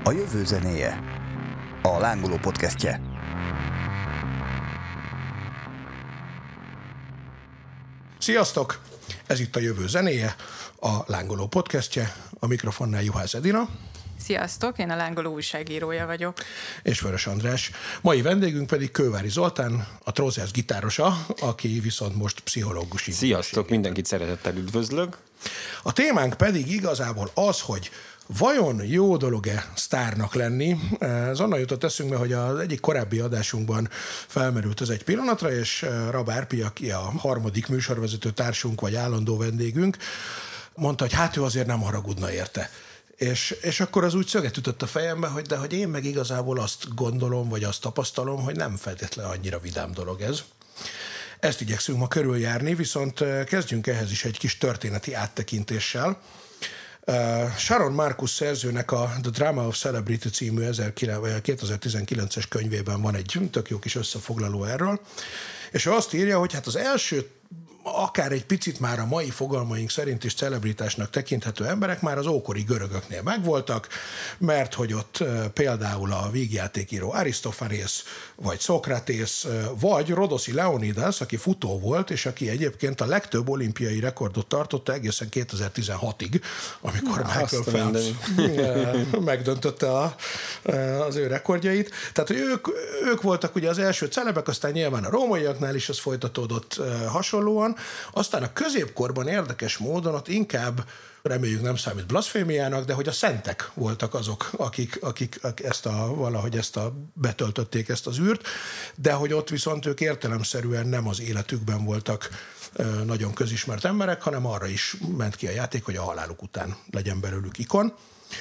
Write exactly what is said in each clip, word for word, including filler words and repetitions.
A jövő zenéje. A Lángoló podcastje. Sziasztok! Ez itt a jövő zenéje, a Lángoló podcastje. A mikrofonnál Juhász Edina. Sziasztok, én a Lángoló újságírója vagyok. És Vörös András. Mai vendégünk pedig Kővári Zoltán, a Trózes gitárosa, aki viszont most pszichológusi. Sziasztok, mindenkit szeretettel üdvözlök. A témánk pedig igazából az, hogy vajon jó dolog-e sztárnak lenni? Ez onnan jutott eszünkbe, hogy az egyik korábbi adásunkban felmerült ez egy pillanatra, és Rab Árpi, aki a harmadik műsorvezető társunk vagy állandó vendégünk, mondta, hogy hát ő azért nem haragudna érte. És, és akkor az úgy szöget ütött a fejembe, hogy de hogy én meg igazából azt gondolom, vagy azt tapasztalom, hogy nem feltétlenül annyira vidám dolog ez. Ezt igyekszünk ma körüljárni, viszont kezdjünk ehhez is egy kis történeti áttekintéssel. Uh, Sharon Marcus szerzőnek a The Drama of Celebrity című kétezer-tizenkilences könyvében van egy tök jó kis összefoglaló erről, és ő azt írja, hogy hát az első akár egy picit már a mai fogalmaink szerint is celebritásnak tekinthető emberek már az ókori görögöknél megvoltak, mert hogy ott uh, például a vígjátékíró Arisztofanész, vagy Szokratész, uh, vagy Rodoszi Leonidas, aki futó volt, és aki egyébként a legtöbb olimpiai rekordot tartotta egészen kétezer-tizenhatig, amikor Na, Michael Phelps megdöntötte a, az ő rekordjait. Tehát, hogy ők, ők voltak ugye az első celebek, aztán nyilván a rómaiaknál is az folytatódott uh, hasonlóan. Aztán a középkorban érdekes módon ott inkább, reméljük nem számít blaszfémiának, de hogy a szentek voltak azok, akik, akik ezt a, valahogy ezt a, betöltötték ezt az űrt, de hogy ott viszont ők értelemszerűen nem az életükben voltak nagyon közismert emberek, hanem arra is ment ki a játék, hogy a haláluk után legyen belőlük ikon.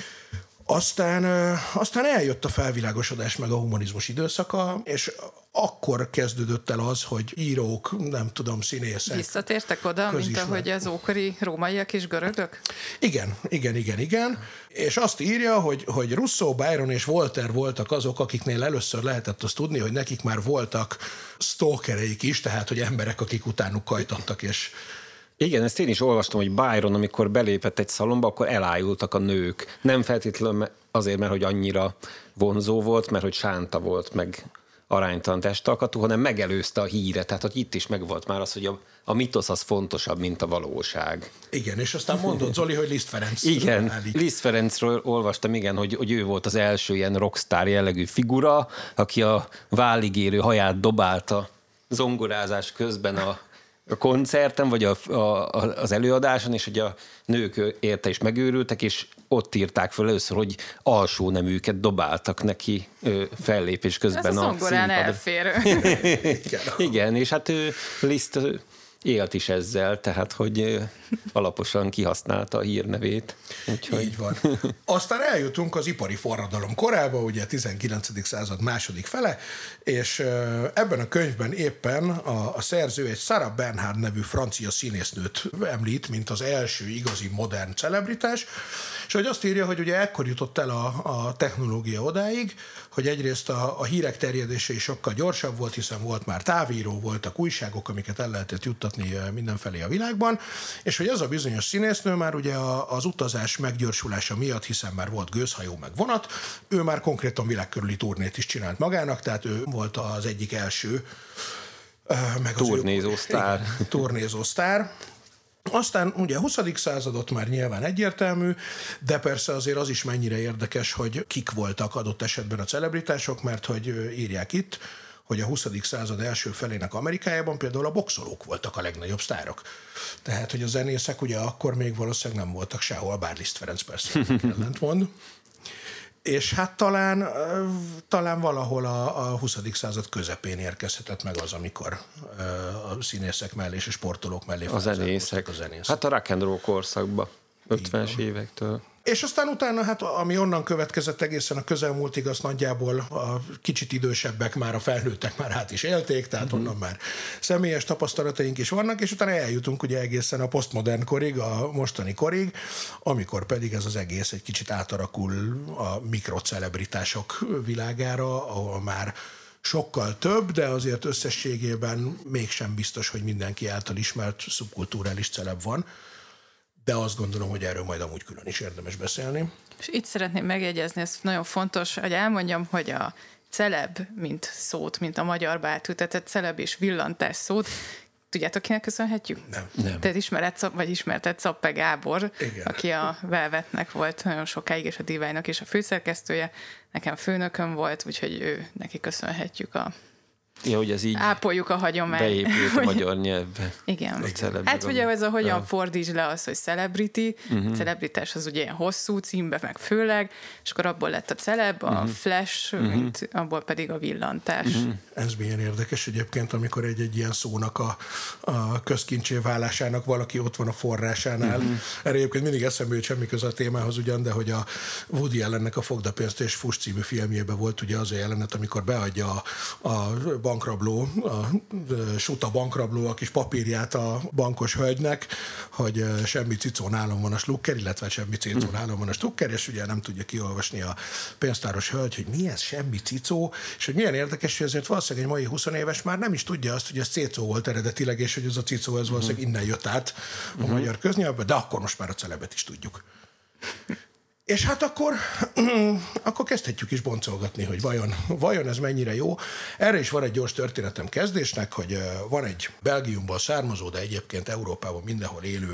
Aztán, aztán eljött a felvilágosodás meg a humanizmus időszaka, és akkor kezdődött el az, hogy írók, nem tudom, színészek. Visszatértek oda, közismert. Mint ahogy az ókori rómaiak és görögök? Igen, igen, igen, igen. És azt írja, hogy, hogy Rousseau, Byron és Voltaire voltak azok, akiknél először lehetett azt tudni, hogy nekik már voltak stalkereik is, tehát hogy emberek, akik utánuk kajtattak, és igen, ezt én is olvastam, hogy Byron, amikor belépett egy szalomba, akkor elájultak a nők. Nem feltétlenül azért, mert hogy annyira vonzó volt, mert hogy sánta volt, meg aránytalan testalkatú, hanem megelőzte a híre. Tehát, hogy itt is megvolt már az, hogy a, a mitosz az fontosabb, mint a valóság. Igen, és aztán mondott Zoli, hogy Liszt Ferenc. Igen, állít. Liszt Ferencről olvastam, igen, hogy, hogy ő volt az első ilyen rockstar jellegű figura, aki a válig érő haját dobálta zongorázás közben a a koncerten, vagy a, a, az előadáson, és hogy a nők érte is megőrültek, és ott írták föl először, hogy alsó neműket dobáltak neki fellépés közben. Ez a zongorán elférő. Igen, és hát ő Liszt élt is ezzel, tehát hogy alaposan kihasználta a hírnevét. Úgyhogy... Így van. Aztán eljutunk az ipari forradalom korába, ugye a tizenkilencedik század második fele, és ebben a könyvben éppen a, a szerző egy Sarah Bernhardt nevű francia színésznőt említ, mint az első igazi modern celebritás, és hogy azt írja, hogy ugye ekkor jutott el a, a technológia odáig, hogy egyrészt a, a hírek terjedése is sokkal gyorsabb volt, hiszen volt már távíró, voltak újságok, amiket el lehetett juttatni mindenfelé a világban, és hogy ez a bizonyos színésznő már ugye az utazás meggyorsulása miatt, hiszen már volt gőzhajó meg vonat, ő már konkrétan világkörüli turnét is csinált magának, tehát ő volt az egyik első meg turnézó sztár. Turnézó sztár. Aztán ugye a huszadik századot már nyilván egyértelmű, de persze azért az is mennyire érdekes, hogy kik voltak adott esetben a celebritások, mert hogy írják itt, hogy a huszadik század első felének Amerikájában például a boxolók voltak a legnagyobb sztárok. Tehát, hogy a zenészek ugye akkor még valószínűleg nem voltak sehol, bár Liszt Ferenc persze ellentmond. És hát talán, talán valahol a, a huszadik század közepén érkezhetett meg az, amikor a színészek mellé és a sportolók mellé a zenészek. a zenészek. Hát a rock and roll korszakban, ötvenes évektől. És aztán utána, hát ami onnan következett egészen a közelmúltig, azt nagyjából a kicsit idősebbek már, a felnőttek már át is élték, tehát uh-huh. onnan már személyes tapasztalataink is vannak, és utána eljutunk ugye egészen a posztmodern korig, a mostani korig, amikor pedig ez az egész egy kicsit átarakul a mikrocelebritások világára, ahol már sokkal több, de azért összességében mégsem biztos, hogy mindenki által ismert szubkulturális celeb van. de azt gondolom, hogy erről majd amúgy külön is érdemes beszélni. És itt szeretném megjegyezni, ez nagyon fontos, hogy elmondjam, hogy a celeb, mint szót, mint a magyar betűtetett celeb és villantás szót, tudjátok, kinek köszönhetjük? Nem. Nem. Tehát ismered, vagy ismerted Szappe Gábor, Igen. aki a Velvetnek volt nagyon sokáig, és a Divájnak is a főszerkesztője. Nekem főnököm volt, úgyhogy ő, neki köszönhetjük a Ja, hogy ez így ápoljuk a hagyományt. beépült a magyar nyelvbe. Igen. Celeb, Hát ugye ez a hogyan ja. fordítsd le az, hogy celebrity, uh-huh. celebritás az ugye ilyen hosszú címbe, meg főleg, és akkor abból lett a celeb, uh-huh. a flash, uh-huh. mint abból pedig a villantás. Uh-huh. Ez milyen érdekes egyébként, amikor egy-egy ilyen szónak a, a közkincsé válásának valaki ott van a forrásánál. Uh-huh. Erre egyébként mindig eszembe jut, semmi köze a témához ugyan, de hogy a Woody Allennek a Fogd a pénzt és fuss című filmjében volt ugye az a jelenet, amikor beadja a, a bankrabló, a suta bankrabló a kis papírját a bankos hölgynek, hogy semmi cicó nálam van a slukker, illetve semmi cicó nálam van a slukker, és ugye nem tudja kiolvasni a pénztáros hölgy, hogy mi ez semmi cicó, és hogy milyen érdekes, hogy ezért valószínűleg egy mai húsz éves már nem is tudja azt, hogy ez cicó volt eredetileg, és hogy ez a cicó, ez valószínűleg innen jött át a uh-huh. magyar köznyelvbe, de akkor most már a celebet is tudjuk. És hát akkor, akkor kezdhetjük is boncolgatni, hogy vajon, vajon ez mennyire jó. Erre is van egy gyors történetem kezdésnek, hogy van egy Belgiumból származó, de egyébként Európában mindenhol élő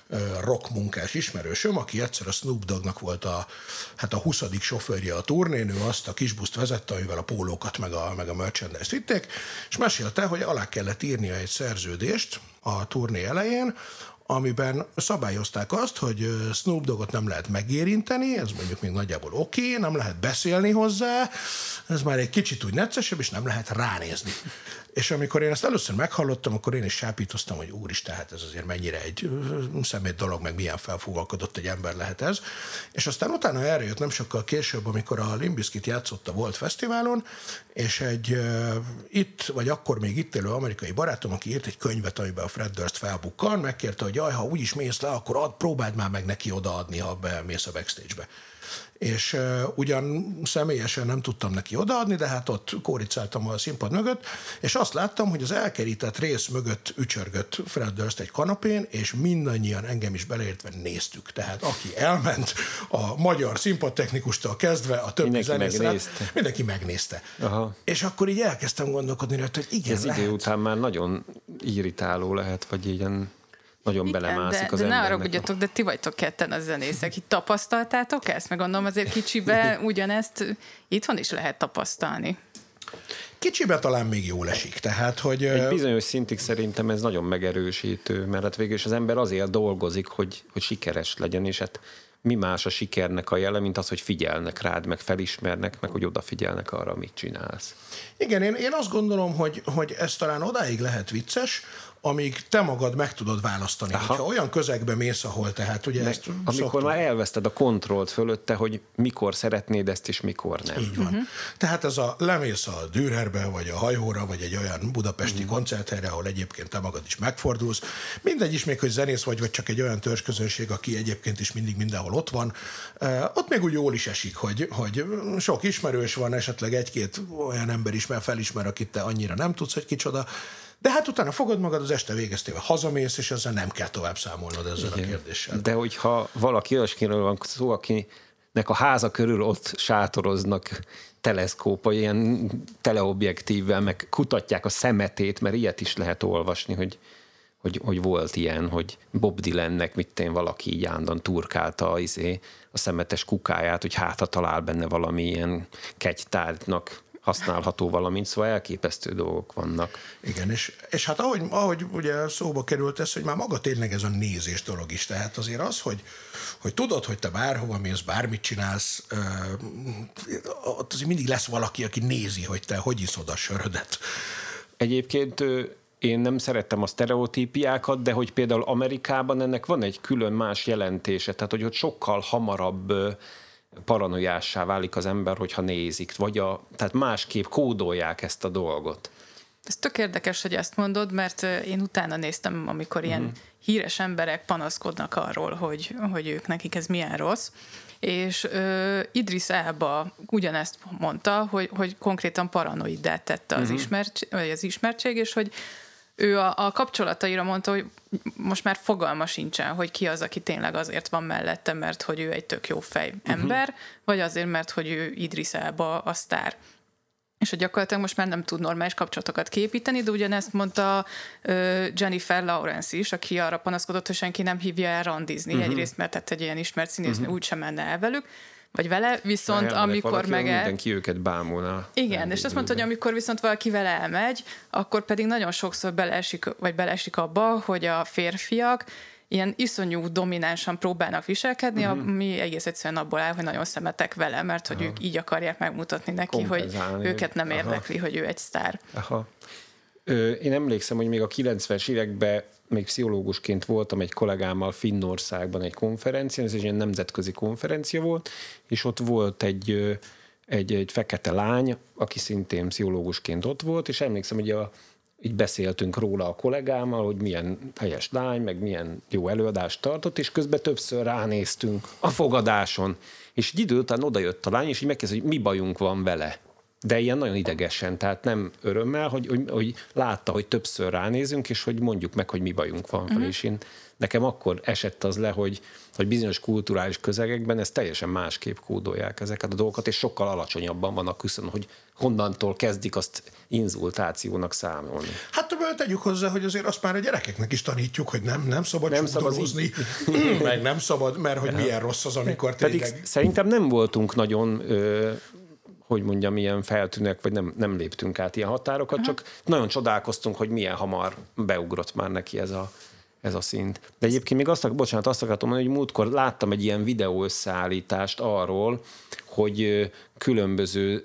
rock munkás ismerősöm, aki egyszer a Snoop Doggnak volt a, hát a huszadik sofőrje a turnén, ő azt a kis buszt vezette, amivel a pólókat meg a, meg a merchandise-t vitték, és mesélte, hogy alá kellett írnia egy szerződést a turné elején, amiben szabályozták azt, hogy Snoop Doggot nem lehet megérinteni, ez mondjuk még nagyjából oké, okay, nem lehet beszélni hozzá, ez már egy kicsit úgy neccesebb, és nem lehet ránézni. És amikor én ezt először meghallottam, akkor én is sápítoztam, hogy úristen, hát ez azért mennyire egy szemét dolog, meg milyen felfúvalkodott egy ember lehet ez. És aztán utána erre jött nem sokkal később, amikor a Limp Bizkit játszott a Volt Fesztiválon, és egy uh, itt, vagy akkor még itt élő amerikai barátom, aki írt egy könyvet, amiben a Fred Durst felbukkan, megkérte, hogy jaj, ha úgyis mész le, akkor ad, próbáld már meg neki odaadni, ha bemész a backstage-be. És uh, ugyan személyesen nem tudtam neki odaadni, de hát ott kóricáltam a színpad mögött, és azt láttam, hogy az elkerített rész mögött ücsörgött Fred Durst egy kanapén, és mindannyian, engem is beleértve néztük. Tehát aki elment a magyar színpadtechnikustól kezdve a többi zenészre, mindenki megnézte. Aha. És akkor így elkezdtem gondolkodni, hogy igen, ez lehet. idő után már nagyon irritáló lehet, vagy ilyen nagyon igen, belemászik de, az de embernek. ne haragudjatok, de ti vagytok ketten a zenészek. Itt tapasztaltátok ezt? Meg gondolom azért kicsibe ugyanezt itthon is lehet tapasztalni. Kicsibe talán még jól esik, tehát, hogy... Egy bizonyos szintig szerintem ez nagyon megerősítő, mert hát végül is az ember azért dolgozik, hogy, hogy sikeres legyen, és hát mi más a sikernek a jele, mint az, hogy figyelnek rád, meg felismernek, meg hogy odafigyelnek arra, amit csinálsz. Igen, én, én azt gondolom, hogy, hogy ez talán odáig lehet vicces, amíg te magad meg tudod választani. Aha. Hogyha olyan közegbe mész, ahol tehát ugye meg, ezt amikor szoktuk. már elveszted a kontrollt fölötte, hogy mikor szeretnéd ezt, és mikor nem. Így van. Uh-huh. Tehát ez a lemész a Dürerbe, vagy a hajóra, vagy egy olyan budapesti uh-huh. koncerthelyre, ahol egyébként te magad is megfordulsz. Mindegy is még, hogy zenész vagy, vagy csak egy olyan törzsközönség, aki egyébként is mindig mindenhol ott van. Uh, ott még úgy jól is esik, hogy, hogy sok ismerős van, esetleg egy-két olyan ember is már felismer, akit te annyira nem tudsz, hogy kicsoda. De hát utána fogod magad, az este végeztével hazamész, és ezzel nem kell tovább számolnod ezzel igen. a kérdéssel. De hogyha valaki olyaskiről van szó, akinek a háza körül ott sátoroznak teleszkópa, ilyen teleobjektívvel, meg kutatják a szemetét, mert ilyet is lehet olvasni, hogy, hogy, hogy volt ilyen, hogy Bob Dylannek mit én valaki így állandóan turkálta a, izé, a szemetes kukáját, hogy hát ha talál benne valami ilyen kegytárgynak használható valamint, szóval elképesztő dolgok vannak. Igen, és, és hát ahogy, ahogy ugye szóba került ez, hogy már maga tényleg ez a nézés dolog is, tehát azért az, hogy, hogy tudod, hogy te bárhova mész, bármit csinálsz, ott azért mindig lesz valaki, aki nézi, hogy te hogy iszod a sörödet. Egyébként én nem szerettem a sztereotípiákat, de hogy például Amerikában ennek van egy külön más jelentése, tehát hogy ott sokkal hamarabb paranoiássá válik az ember, hogyha nézik, vagy a, tehát másképp kódolják ezt a dolgot. Ez tök érdekes, hogy ezt mondod, mert én utána néztem, amikor ilyen uh-huh. híres emberek panaszkodnak arról, hogy, hogy ők nekik ez milyen rossz, és uh, Idris Elba ugyanezt mondta, hogy, hogy konkrétan paranoidát tette az, uh-huh. ismert, vagy az ismertség, és hogy ő a, a kapcsolataira mondta, hogy most már fogalma sincsen, hogy ki az, aki tényleg azért van mellette, mert hogy ő egy tök jó fej ember, uh-huh. vagy azért, mert hogy ő Idris Elba a sztár. És hogy gyakorlatilag most már nem tud normális kapcsolatokat képíteni, de ugyanezt mondta uh, Jennifer Lawrence is, aki arra panaszkodott, hogy senki nem hívja el randizni. Uh-huh. Egyrészt, mert hát egy ilyen ismert színésznő uh-huh. úgysem menne el velük, vagy vele, viszont Na, amikor valaki, meg el... Mindenki őket bámulna. Igen, és azt mondta, hogy amikor viszont valakivel elmegy, akkor pedig nagyon sokszor beleesik, vagy beleesik abba, hogy a férfiak ilyen iszonyú dominánsan próbálnak viselkedni, uh-huh. ami egész egyszerűen abból áll, hogy nagyon szemetek vele, mert hogy Aha. ők így akarják megmutatni neki, hogy őket nem érdekli, Aha. hogy ő egy sztár. Aha. Ö, én emlékszem, hogy még a kilencvenes években még pszichológusként voltam egy kollégámmal Finnországban egy konferencián, ez egy ilyen nemzetközi konferencia volt, és ott volt egy, egy, egy fekete lány, aki szintén pszichológusként ott volt, és emlékszem, hogy a így beszéltünk róla a kollégámmal, hogy milyen helyes lány, meg milyen jó előadást tartott, és közben többször ránéztünk a fogadáson. És egy idő után odajött a lány, és így megkezdett, hogy mi bajunk van vele. De ilyen nagyon idegesen, tehát nem örömmel, hogy, hogy, hogy látta, hogy többször ránézünk, és hogy mondjuk meg, hogy mi bajunk van vele. Uh-huh. És én, nekem akkor esett az le, hogy, hogy bizonyos kulturális közegekben ezt teljesen másképp kódolják ezeket a dolgokat, és sokkal alacsonyabban van a küszön, hogy honnantól kezdik azt inzultációnak számolni. Hát tegyük hozzá, hogy azért azt már a gyerekeknek is tanítjuk, hogy nem, nem szabad nem csukdolózni, meg nem szabad, mert hogy milyen rossz az, amikor tényleg... Pedig szerintem nem voltunk nagyon... Ö, hogy mondjam, ilyen feltűnőek, vagy nem, nem léptünk át ilyen határokat, Aha. csak nagyon csodálkoztunk, hogy milyen hamar beugrott már neki ez a, ez a szint. De egyébként még azt, bocsánat, azt akartam mondani, hogy múltkor láttam egy ilyen videó összeállítást arról, hogy különböző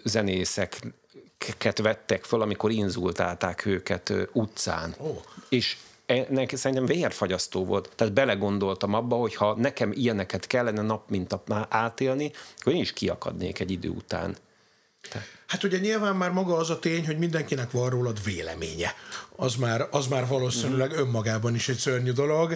zenészeket vettek föl, amikor inzultálták őket utcán. Oh. És ennek szerintem vérfagyasztó volt. Tehát belegondoltam abba, hogy ha nekem ilyeneket kellene nap mint nap átélni, akkor én is kiakadnék egy idő után. Te. Hát ugye nyilván már maga az a tény, hogy mindenkinek van rólad véleménye. Az már, az már valószínűleg önmagában is egy szörnyű dolog.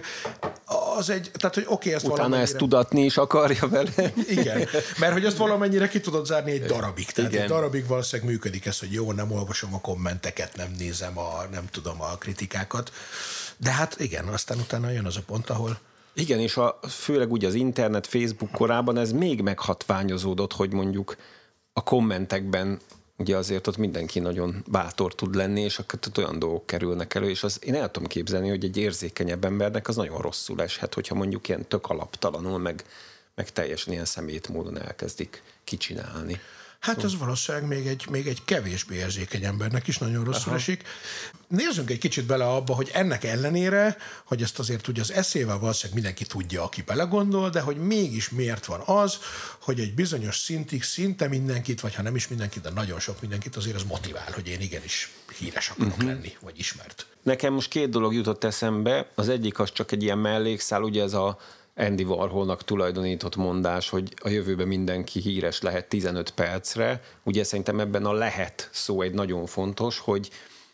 Az egy, tehát, hogy oké, okay, ezt utána valamennyire... ezt tudatni is akarja vele. Igen, mert hogy azt valamennyire ki tudod zárni egy darabig. Tehát Igen. egy darabig valószínűleg működik ez, hogy jó, nem olvasom a kommenteket, nem nézem a, nem tudom, a kritikákat. De hát igen, aztán utána jön az a pont, ahol... Igen, és a, főleg ugye az internet, Facebook korában ez még meghatványozódott, hogy mondjuk a kommentekben ugye azért ott mindenki nagyon bátor tud lenni, és akkor olyan dolgok kerülnek elő, és az, én el tudom képzelni, hogy egy érzékenyebb embernek az nagyon rosszul eshet, hogyha mondjuk ilyen tök alaptalanul, meg, meg teljesen ilyen szemét módon elkezdik kicsinálni. Hát ez valószínűleg még egy, még egy kevésbé érzékeny embernek is nagyon rosszul Aha. esik. Nézzünk egy kicsit bele abba, hogy ennek ellenére, hogy ezt azért ugye az eszével valószínűleg mindenki tudja, aki belegondol, de hogy mégis miért van az, hogy egy bizonyos szintig szinte mindenkit, vagy ha nem is mindenkit, de nagyon sok mindenkit azért az motivál, hogy én igenis híres akarok uh-huh. lenni, vagy ismert. Nekem most két dolog jutott eszembe. Az egyik az csak egy ilyen mellékszál, ugye ez a Andy Warholnak tulajdonított mondás, hogy a jövőben mindenki híres lehet tizenöt percre. Ugye szerintem ebben a lehet szó egy nagyon fontos, hogy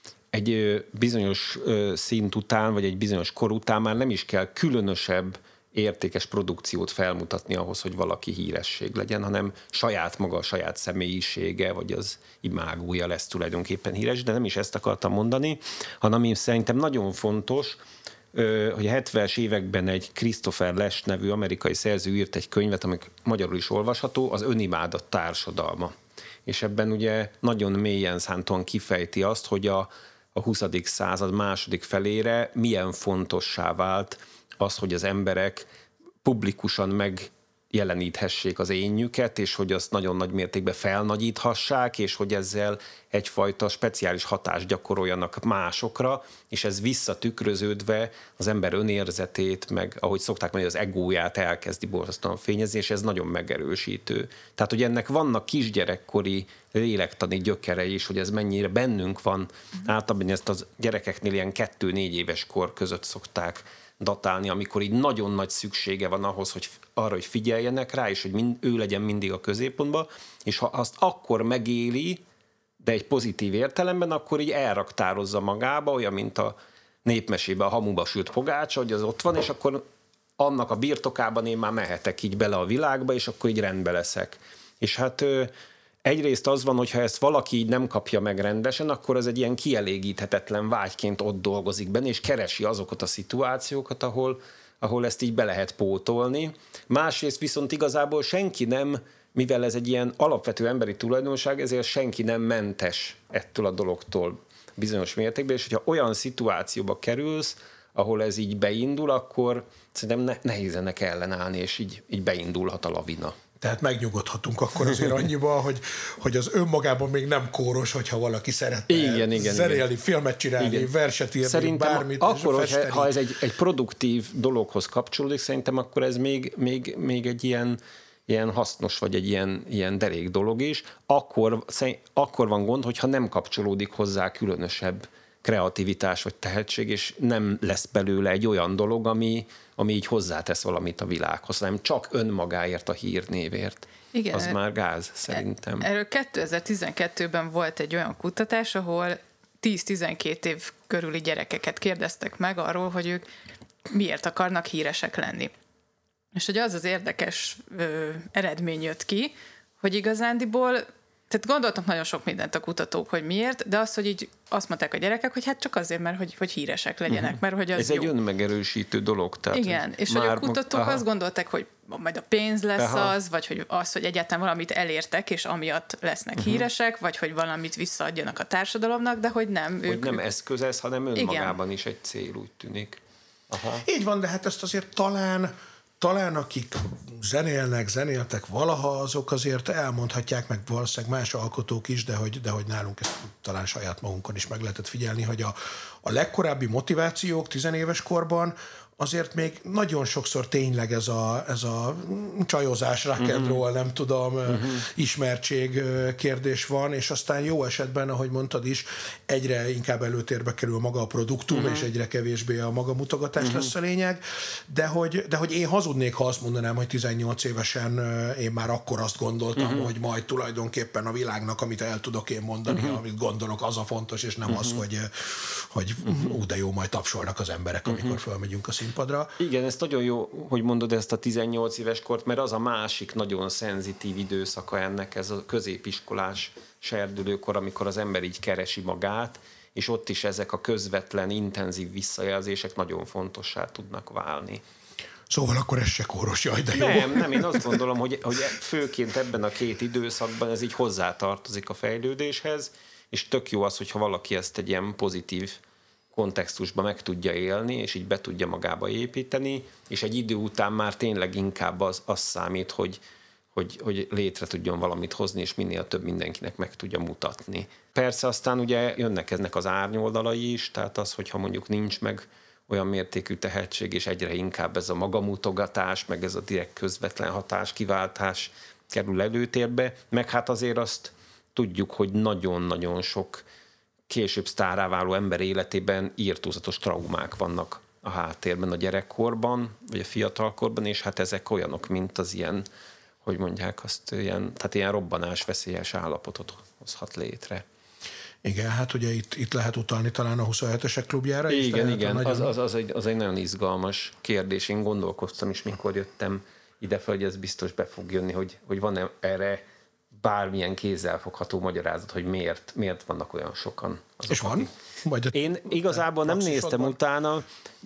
egy bizonyos szint után, vagy egy bizonyos kor után már nem is kell különösebb értékes produkciót felmutatni ahhoz, hogy valaki híresség legyen, hanem saját maga, a saját személyisége, vagy az imágója lesz tulajdonképpen híres, de nem is ezt akartam mondani, hanem ami szerintem nagyon fontos, hogy a hetvenes években egy Christopher Lasch nevű amerikai szerző írt egy könyvet, ami magyarul is olvasható, az önimádat társadalma. És ebben ugye nagyon mélyen szántóan kifejti azt, hogy a, a huszadik század második felére milyen fontossá vált az, hogy az emberek publikusan megjeleníthessék az énnyüket, és hogy azt nagyon nagy mértékben felnagyíthassák, és hogy ezzel egyfajta speciális hatást gyakoroljanak másokra, és ez visszatükröződve az ember önérzetét, meg ahogy szokták mondani, az egóját elkezdi borzasztóan fényezni, és ez nagyon megerősítő. Tehát, hogy ennek vannak kisgyerekkori lélektani gyökerei is, hogy ez mennyire bennünk van. Általában ezt az gyerekeknél ilyen kettő-négy éves kor között szokták datálni, amikor így nagyon nagy szüksége van ahhoz, hogy arra, hogy figyeljenek rá, és hogy mind, ő legyen mindig a középpontban, és ha azt akkor megéli, de egy pozitív értelemben, akkor így elraktározza magába, olyan, mint a népmesében a hamuba sült pogácsa, hogy az ott van, és akkor annak a birtokában én már mehetek így bele a világba, és akkor így rendbe leszek. És hát egyrészt az van, hogyha ezt valaki így nem kapja meg rendesen, akkor ez egy ilyen kielégíthetetlen vágyként ott dolgozik benne, és keresi azokat a szituációkat, ahol, ahol ezt így be lehet pótolni. Másrészt viszont igazából senki nem, mivel ez egy ilyen alapvető emberi tulajdonság, ezért senki nem mentes ettől a dologtól bizonyos mértékben, és hogyha olyan szituációba kerülsz, ahol ez így beindul, akkor szerintem ne, nehéz ennek ellenállni, és így, így beindulhat a lavina. Tehát megnyugodhatunk akkor azért annyiba, hogy, hogy az önmagában még nem kóros, hogyha valaki szeretne igen, igen, zenélni, igen. filmet csinálni, igen. verset írni, szerintem bármit. Akkor, hogyha, ha ez egy, egy produktív dologhoz kapcsolódik, szerintem akkor ez még, még, még egy ilyen, ilyen hasznos, vagy egy ilyen, ilyen derék dolog is. Akkor, akkor van gond, hogyha nem kapcsolódik hozzá különösebb kreativitás vagy tehetség, és nem lesz belőle egy olyan dolog, ami, ami így hozzátesz valamit a világhoz, hanem csak önmagáért a hírnévért. Igen, az már gáz, szerintem. Erről kétezer-tizenkettőben volt egy olyan kutatás, ahol tíz-tizenkét év körüli gyerekeket kérdeztek meg arról, hogy ők miért akarnak híresek lenni. És hogy az az érdekes ö, eredmény jött ki, hogy igazándiból, tehát gondoltak nagyon sok mindent a kutatók, hogy miért, de az, hogy így azt mondták a gyerekek, hogy hát csak azért, mert hogy, hogy híresek legyenek, uh-huh. mert hogy az Ez jó. egy önmegerősítő dolog. Tehát igen, és hogy a kutatók mag... azt gondolták, hogy majd a pénz lesz aha. az, vagy hogy az, hogy egyáltalán valamit elértek, és amiatt lesznek uh-huh. híresek, vagy hogy valamit visszaadjanak a társadalomnak, de hogy nem. Hogy ők, nem eszköz ez, hanem önmagában igen. is egy cél, úgy tűnik. Aha. Így van, de hát ezt azért talán Talán akik zenélnek, zenéltek valaha, azok azért elmondhatják, meg valószínűleg más alkotók is, de hogy, de hogy nálunk ezt talán saját magunkon is meg lehetett figyelni, hogy a, a legkorábbi motivációk tizenéves korban azért még nagyon sokszor tényleg ez a, ez a csajozás, rock and roll, uh-huh. nem tudom, uh-huh. ismertség kérdés van, és aztán jó esetben, ahogy mondtad is, egyre inkább előtérbe kerül maga a produktum, uh-huh. és egyre kevésbé a magamutogatás uh-huh. lesz a lényeg, de hogy, de hogy én hazudnék, ha azt mondanám, hogy tizennyolc évesen én már akkor azt gondoltam, uh-huh. hogy majd tulajdonképpen a világnak, amit el tudok én mondani, uh-huh. amit gondolok, az a fontos, és nem uh-huh. az, hogy, hogy uh-huh. ú, de jó, majd tapsolnak az emberek, amikor uh-huh. fölmegyünk a színpadra. Igen, ez nagyon jó, hogy mondod ezt a tizennyolc éves kort, mert az a másik nagyon szenzitív időszaka ennek, ez a középiskolás serdülőkor, amikor az ember így keresi magát, és ott is ezek a közvetlen, intenzív visszajelzések nagyon fontossá tudnak válni. Szóval akkor ez se kóros, jaj, de jó. Nem, nem, én azt gondolom, hogy, hogy főként ebben a két időszakban ez így hozzátartozik a fejlődéshez, és tök jó az, hogyha valaki ezt egy ilyen pozitív kontextusban meg tudja élni, és így be tudja magába építeni, és egy idő után már tényleg inkább az, az számít, hogy, hogy, hogy létre tudjon valamit hozni, és minél több mindenkinek meg tudja mutatni. Persze aztán ugye jönnek eznek az árnyoldalai is, tehát az, hogyha mondjuk nincs meg olyan mértékű tehetség, és egyre inkább ez a magamutogatás, meg ez a direkt közvetlen hatás, kiváltás kerül előtérbe, meg hát azért azt tudjuk, hogy nagyon-nagyon sok később sztárrá váló ember életében írtózatos traumák vannak a háttérben a gyerekkorban, vagy a fiatalkorban, és hát ezek olyanok, mint az ilyen, hogy mondják azt, ilyen, tehát ilyen robbanásveszélyes állapotot hozhat létre. Igen, hát ugye itt, itt lehet utalni talán a huszonhetesek klubjára is. Igen, igen, nagyon... az, az, az, egy, az egy nagyon izgalmas kérdés. Én gondolkoztam is, mikor jöttem ide fel, hogy ez biztos be fog jönni, hogy, hogy van-e erre bármilyen kézzelfogható magyarázat, hogy miért, miért vannak olyan sokan. Azok, és van? Vagy én igazából nem néztem van? utána,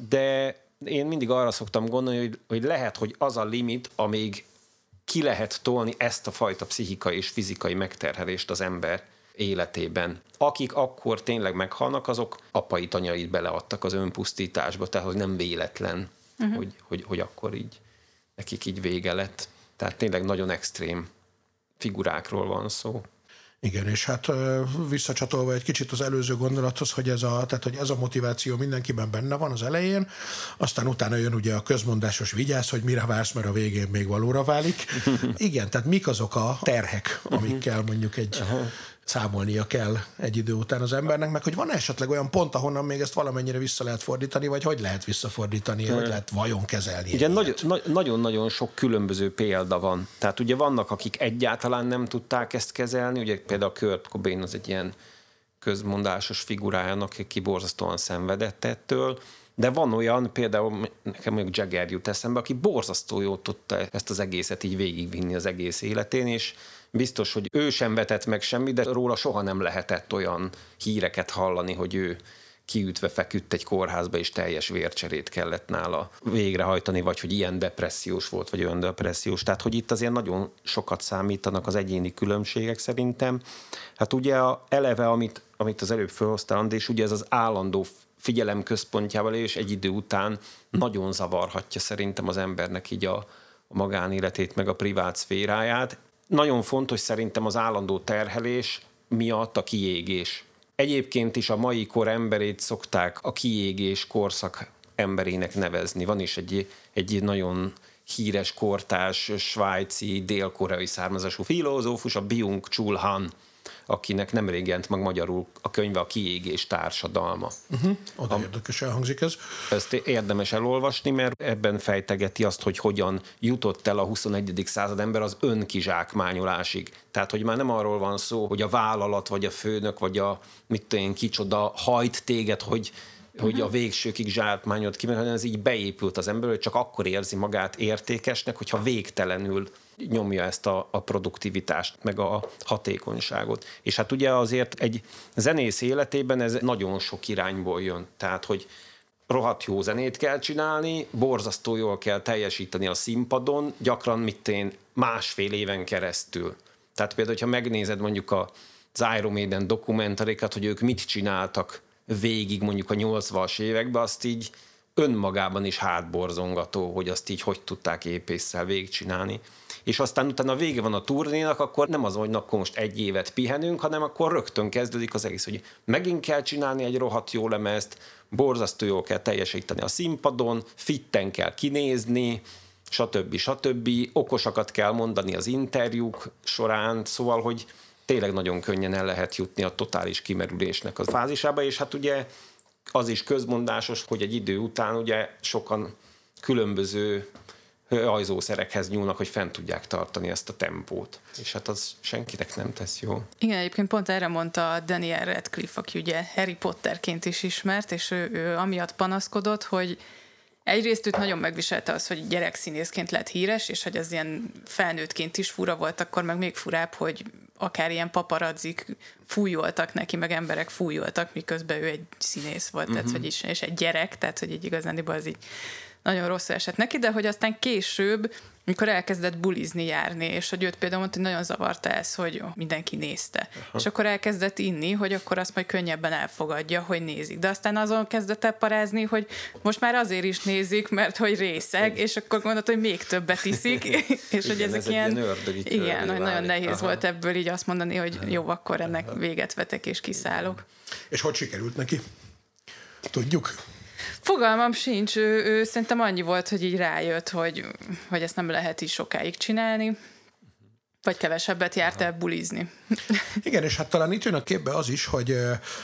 de én mindig arra szoktam gondolni, hogy, hogy lehet, hogy az a limit, amíg ki lehet tolni ezt a fajta pszichikai és fizikai megterhelést az ember életében. Akik akkor tényleg meghalnak, azok apait, anyait beleadtak az önpusztításba, tehát hogy nem véletlen, uh-huh. hogy, hogy, hogy akkor így nekik így vége lett. Tehát tényleg nagyon extrém figurákról van szó. Igen, és hát visszacsatolva egy kicsit az előző gondolathoz, hogy ez a, tehát, hogy ez a motiváció mindenkiben benne van az elején, aztán utána jön ugye a közmondásos vigyázz, hogy mire vársz, mert a végén még valóra válik. Igen, tehát mik azok a terhek, amikkel mondjuk egy számolnia kell egy idő után az embernek, meg hogy van esetleg olyan pont, ahonnan még ezt valamennyire vissza lehet fordítani, vagy hogy lehet visszafordítani, hogy lehet vajon kezelni. Ugye nagy, nagyon-nagyon sok különböző példa van. Tehát ugye vannak, akik egyáltalán nem tudták ezt kezelni, ugye például Kurt Cobain az egy ilyen közmondásos figurájának, aki borzasztóan szenvedett ettől, de van olyan, például nekem mondjuk Jagger jut eszembe, aki borzasztó jól tudta ezt az egészet így végigvinni az egész életén, és biztos, hogy ő sem vetett meg semmit, de róla soha nem lehetett olyan híreket hallani, hogy ő kiütve feküdt egy kórházba, és teljes vércserét kellett nála végrehajtani, vagy hogy ilyen depressziós volt, vagy olyan depressziós. Tehát, hogy itt azért nagyon sokat számítanak az egyéni különbségek szerintem. Hát ugye a, eleve, amit, amit az előbb felhoztál, Andrés, ugye ez az állandó figyelem központjával, és egy idő után nagyon zavarhatja szerintem az embernek így a, a magánéletét, meg a privát szféráját. Nagyon fontos szerintem az állandó terhelés miatt a kiégés. Egyébként is a mai kor emberét szokták a kiégés korszak emberének nevezni. Van is egy, egy nagyon híres kortárs, svájci, dél-koreai származású filozófus, a Byung-Chul Han, akinek nemrég jelent meg magyarul a könyve A kiégés társadalma. Uh-huh. Oda érdekesen hangzik ez. Ezt érdemes elolvasni, mert ebben fejtegeti azt, hogy hogyan jutott el a huszonegyedik század ember az önkizsákmányolásig. Tehát, hogy már nem arról van szó, hogy a vállalat, vagy a főnök, vagy a mit tudom én, kicsoda hajt téged, hogy hogy a végsőkig zsákmányod ki, hanem ez így beépült az ember, hogy csak akkor érzi magát értékesnek, hogyha végtelenül nyomja ezt a, a produktivitást, meg a hatékonyságot. És hát ugye azért egy zenész életében ez nagyon sok irányból jön. Tehát, hogy rohadt jó zenét kell csinálni, borzasztó jól kell teljesíteni a színpadon, gyakran mit én másfél éven keresztül. Tehát például, hogyha megnézed mondjuk az Iron Maiden dokumentarikat, hogy ők mit csináltak végig mondjuk a nyolcvanas években, azt így önmagában is hátborzongató, hogy azt így hogy tudták épésszel végigcsinálni. És aztán utána vége van a turnénak, akkor nem az, hogy akkor most egy évet pihenünk, hanem akkor rögtön kezdődik az egész, hogy megint kell csinálni egy rohadt jó lemezt, borzasztó jól kell teljesíteni a színpadon, fitten kell kinézni, stb. stb. Okosakat kell mondani az interjúk során, szóval, hogy tényleg nagyon könnyen el lehet jutni a totális kimerülésnek a fázisába, és hát ugye az is közmondásos, hogy egy idő után ugye sokan különböző ajzószerekhez nyúlnak, hogy fent tudják tartani ezt a tempót. És hát az senkinek nem tesz jó. Igen, egyébként pont erre mondta Daniel Radcliffe, aki ugye Harry Potterként is ismert, és ő, ő amiatt panaszkodott, hogy egyrészt őt nagyon megviselte az, hogy gyerekszínészként lett híres, és hogy az ilyen felnőttként is fura volt, akkor meg még furább, hogy akár ilyen paparazzik fújoltak neki, meg emberek fújoltak, miközben ő egy színész volt, uh-huh. tehát, hogy is, és egy gyerek, tehát hogy így igazándiból az így nagyon rosszul esett neki, de hogy aztán később, amikor elkezdett bulizni járni, és hogy őt például mondta, hogy nagyon zavarta ez, hogy mindenki nézte. Aha. És akkor elkezdett inni, hogy akkor azt majd könnyebben elfogadja, hogy nézik. De aztán azon kezdett el parázni, hogy most már azért is nézik, mert hogy részeg, és akkor gondolta, hogy még többet iszik, és igen, hogy ezek ez ilyen, ilyen igen, hogy nagyon nehéz Aha. volt ebből így azt mondani, hogy jó, akkor ennek véget vetek és kiszállok. És hogy sikerült neki? Tudjuk? Fogalmam sincs, ő, ő szerintem annyi volt, hogy így rájött, hogy, hogy ezt nem lehet így sokáig csinálni, vagy kevesebbet járt el bulizni. Igen, és hát talán itt jön a képbe az is, hogy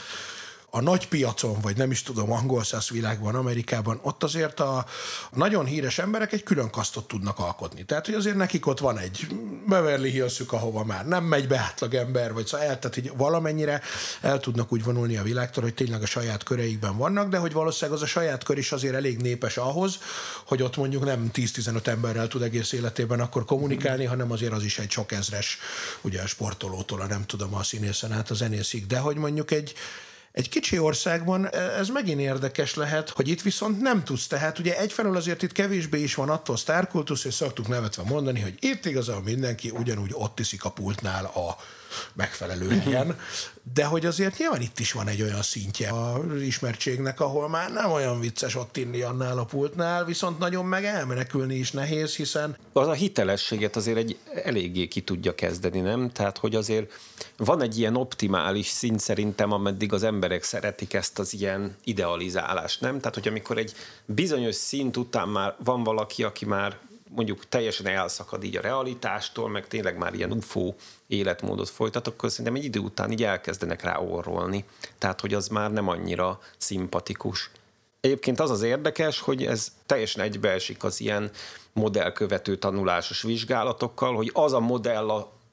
a nagy piacon, vagy nem is tudom, angol száz világban, Amerikában, ott azért a nagyon híres emberek egy külön kasztot tudnak alkotni. Tehát, hogy azért nekik ott van egy Beverly Hills-ük, ahova már nem megy be átlag ember, vagy szóval el, tehát, hogy valamennyire el tudnak úgy vonulni a világtól, hogy tényleg a saját köreikben vannak, de hogy valószínűleg az a saját kör is azért elég népes ahhoz, hogy ott mondjuk nem tíz-tizenöt emberrel tud egész életében akkor kommunikálni, hanem azért az is egy sok ezres, ugye a sportolótól, a nem tudom, a színészen át a zenészig, de hogy mondjuk egy Egy kicsi országban ez megint érdekes lehet, hogy itt viszont nem tudsz. Tehát ugye egyfelől azért itt kevésbé is van attól sztárkultusz, és szoktuk nevetve mondani, hogy itt igazából mindenki ugyanúgy ott iszik a pultnál a megfelelő helyen, de hogy azért nyilván itt is van egy olyan szintje az ismertségnek, ahol már nem olyan vicces ott inni annál a pultnál, viszont nagyon meg elmenekülni is nehéz, hiszen... Az a hitelességet azért egy eléggé ki tudja kezdeni, nem? Tehát, hogy azért van egy ilyen optimális szint szerintem, ameddig az emberek szeretik ezt az ilyen idealizálást, nem? Tehát, hogy amikor egy bizonyos szint után már van valaki, aki már mondjuk teljesen elszakad így a realitástól, meg tényleg már ilyen ufó életmódot folytat, akkor szerintem egy idő után így elkezdenek rá orrolni. Tehát, hogy az már nem annyira szimpatikus. Egyébként az az érdekes, hogy ez teljesen egybeesik az ilyen modellkövető tanulásos vizsgálatokkal, hogy az a modell a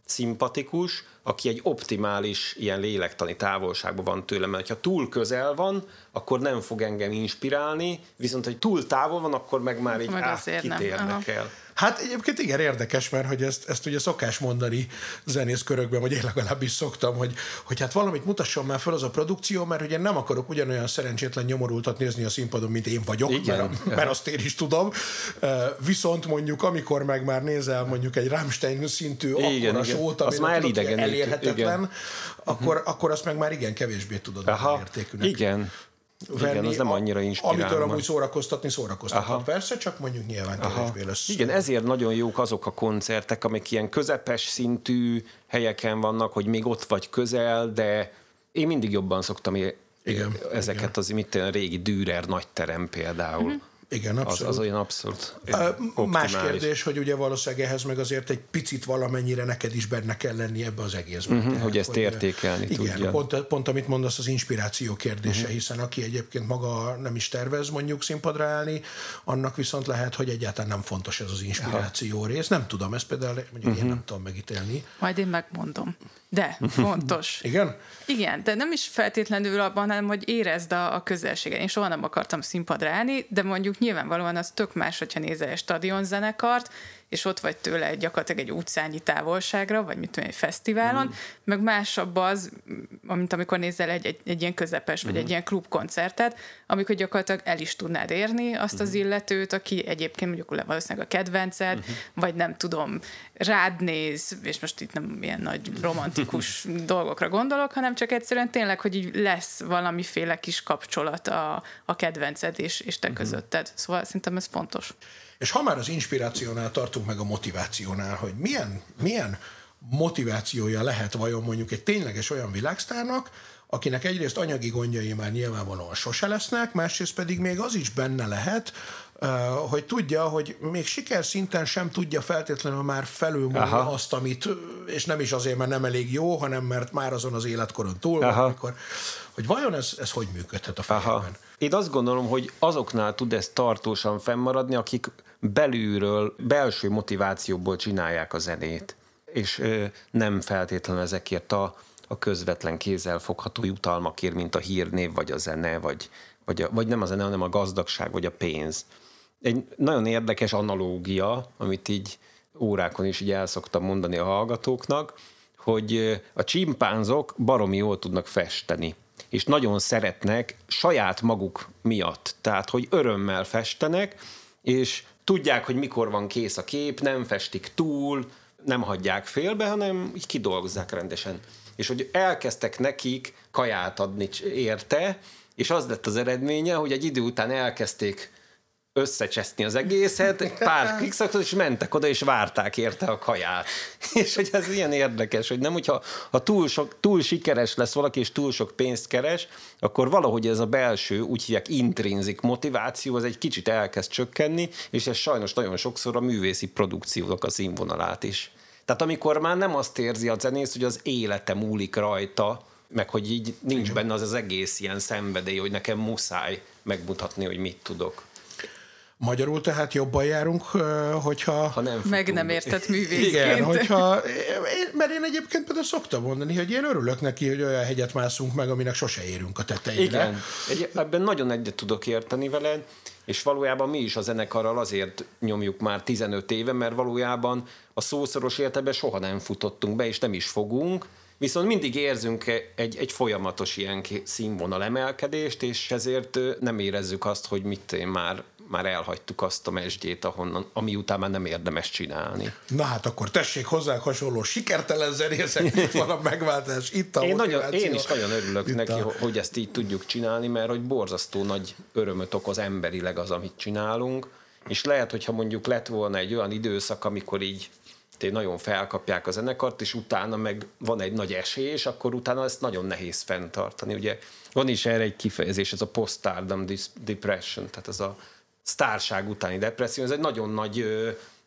szimpatikus, aki egy optimális ilyen lélektani távolságban van tőlem, mert ha túl közel van, akkor nem fog engem inspirálni, viszont ha túl távol van, akkor meg már így át, kit érdekel. Hát egyébként igen érdekes, mert hogy ezt, ezt ugye szokás mondani zenészkörökben, vagy én legalábbis szoktam, hogy, hogy hát valamit mutasson már fel az a produkció, mert ugye nem akarok ugyanolyan szerencsétlen nyomorultat nézni a színpadon, mint én vagyok, igen, mert, mert azt én is tudom. Viszont mondjuk, amikor meg már nézel mondjuk egy Rammstein szintű akkora sót, ami elérhetetlen, igen. Akkor, uh-huh. akkor azt meg már igen kevésbé tudod értékűnek. Igen. Venni, igen, az nem annyira inspiráló. Amitől amúgy szórakoztatni, szórakoztatni. Persze, csak mondjuk nyilván kevésbé lesz. Igen, ezért nagyon jók azok a koncertek, amik ilyen közepes szintű helyeken vannak, hogy még ott vagy közel, de én mindig jobban szoktam igen, ezeket igen. az, mit a régi Dürer nagyterem például. Uh-huh. Igen, abszolút. Az, az olyan abszolút uh, Más kérdés, hogy ugye valószínűleg ehhez meg azért egy picit valamennyire neked is benne kell lenni ebbe az egészben. Uh-huh, Tehát, hogy ezt hogy, értékelni igen, tudja. Igen, pont, pont amit mondasz, az inspiráció kérdése, uh-huh. hiszen aki egyébként maga nem is tervez mondjuk színpadra állni, annak viszont lehet, hogy egyáltalán nem fontos ez az inspiráció Aha. rész. Nem tudom, ezt például mondjuk uh-huh. én nem tudom megítélni. Majd én megmondom. De fontos. Igen? Igen, de nem is feltétlenül abban, hanem hogy érezd a, a közelséget. Én soha nem akartam színpadra állni, de mondjuk nyilvánvalóan az tök más, hogyha nézel egy stadionzenekart, és ott vagy tőle egy, gyakorlatilag egy utcányi távolságra, vagy mit tudom, egy fesztiválon, mm. meg másabb az, mint amikor nézel egy, egy, egy ilyen közepes, vagy mm. egy ilyen klubkoncertet, amikor gyakorlatilag el is tudnád érni azt mm. az illetőt, aki egyébként mondjuk valószínűleg a kedvenced, mm. vagy nem tudom, rád néz, és most itt nem ilyen nagy romantikus dolgokra gondolok, hanem csak egyszerűen tényleg, hogy így lesz valamiféle kis kapcsolat a, a kedvenced és, és te mm. közötted. Szóval szerintem ez fontos. És ha már az inspirációnál tartunk meg a motivációnál, hogy milyen, milyen motivációja lehet vajon mondjuk egy tényleges olyan világsztárnak, akinek egyrészt anyagi gondjai már nyilvánvalóan sose lesznek, másrészt pedig még az is benne lehet, hogy tudja, hogy még sikerszinten sem tudja feltétlenül már felülmúlni azt, amit, és nem is azért, mert nem elég jó, hanem mert már azon az életkoron túl van, amikor, hogy vajon ez, ez hogy működhet a fejében? Én azt gondolom, hogy azoknál tud ez tartósan fennmaradni, akik belülről, belső motivációból csinálják a zenét, és ö, nem feltétlenül ezekért a, a közvetlen kézzelfogható jutalmakért, mint a hírnév, vagy a zene, vagy, vagy, a, vagy nem a zene, hanem a gazdagság, vagy a pénz. Egy nagyon érdekes analógia, amit így órákon is így el szoktam mondani a hallgatóknak, hogy a csimpánzok baromi jól tudnak festeni, és nagyon szeretnek saját maguk miatt, tehát hogy örömmel festenek, és tudják, hogy mikor van kész a kép, nem festik túl, nem hagyják félbe, hanem így kidolgozzák rendesen. És hogy elkezdtek nekik kaját adni érte, és az lett az eredménye, hogy egy idő után elkezdték összecseszni az egészet, pár klikszakot, és mentek oda, és várták érte a kaját. És hogy ez ilyen érdekes, hogy nem, hogyha ha túl, sok, túl sikeres lesz valaki, és túl sok pénzt keres, akkor valahogy ez a belső, úgy hívják intrinzik motiváció, az egy kicsit elkezd csökkenni, és ez sajnos nagyon sokszor a művészi produkciónak a színvonalát is. Tehát amikor már nem azt érzi a zenész, hogy az élete múlik rajta, meg hogy így nincs benne az az egész ilyen szenvedély, hogy nekem muszáj megmutatni, hogy mit tudok. Magyarul tehát jobban járunk, hogyha... Ha nem meg nem értett művészként. Igen, hogyha... Mert én egyébként például szoktam mondani, hogy én örülök neki, hogy olyan hegyet mászunk meg, aminek sose érünk a tetejére. Igen, Egy, ebben nagyon egyet tudok érteni veled, és valójában mi is a zenekarral azért nyomjuk már tizenöt éve, mert valójában a szószoros értelemben soha nem futottunk be, és nem is fogunk, viszont mindig érzünk egy, egy folyamatos ilyen színvonal emelkedést, és ezért nem érezzük azt, hogy mit én már már elhagytuk azt a mesdjét, ahonnan, ami után már nem érdemes csinálni. Na hát akkor tessék hozzánk hasonló sikertelen zenészek, itt van a megváltás, itt a én, motiváció. nagyon, én is nagyon örülök itt neki, a... hogy ezt így tudjuk csinálni, mert hogy borzasztó nagy örömöt okoz emberileg az, amit csinálunk, és lehet, hogyha mondjuk lett volna egy olyan időszak, amikor így nagyon felkapják a zenekart, és utána meg van egy nagy esés, akkor utána ezt nagyon nehéz fenntartani. Ugye van is erre egy kifejezés, ez a poststardom depression, tehát ez a sztárság utáni depresszió, ez egy nagyon nagy ö,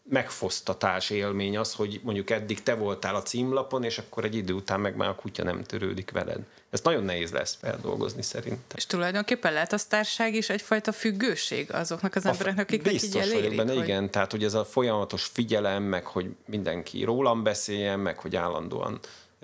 megfosztatás élmény az, hogy mondjuk eddig te voltál a címlapon, és akkor egy idő után meg már a kutya nem törődik veled. Ez nagyon nehéz lesz feldolgozni szerintem. És tulajdonképpen lehet a sztárság is egyfajta függőség azoknak az embereknek, akiknek így elérik? Benne, hogy... igen, tehát hogy ez a folyamatos figyelem, meg hogy mindenki rólam beszéljen, meg hogy állandóan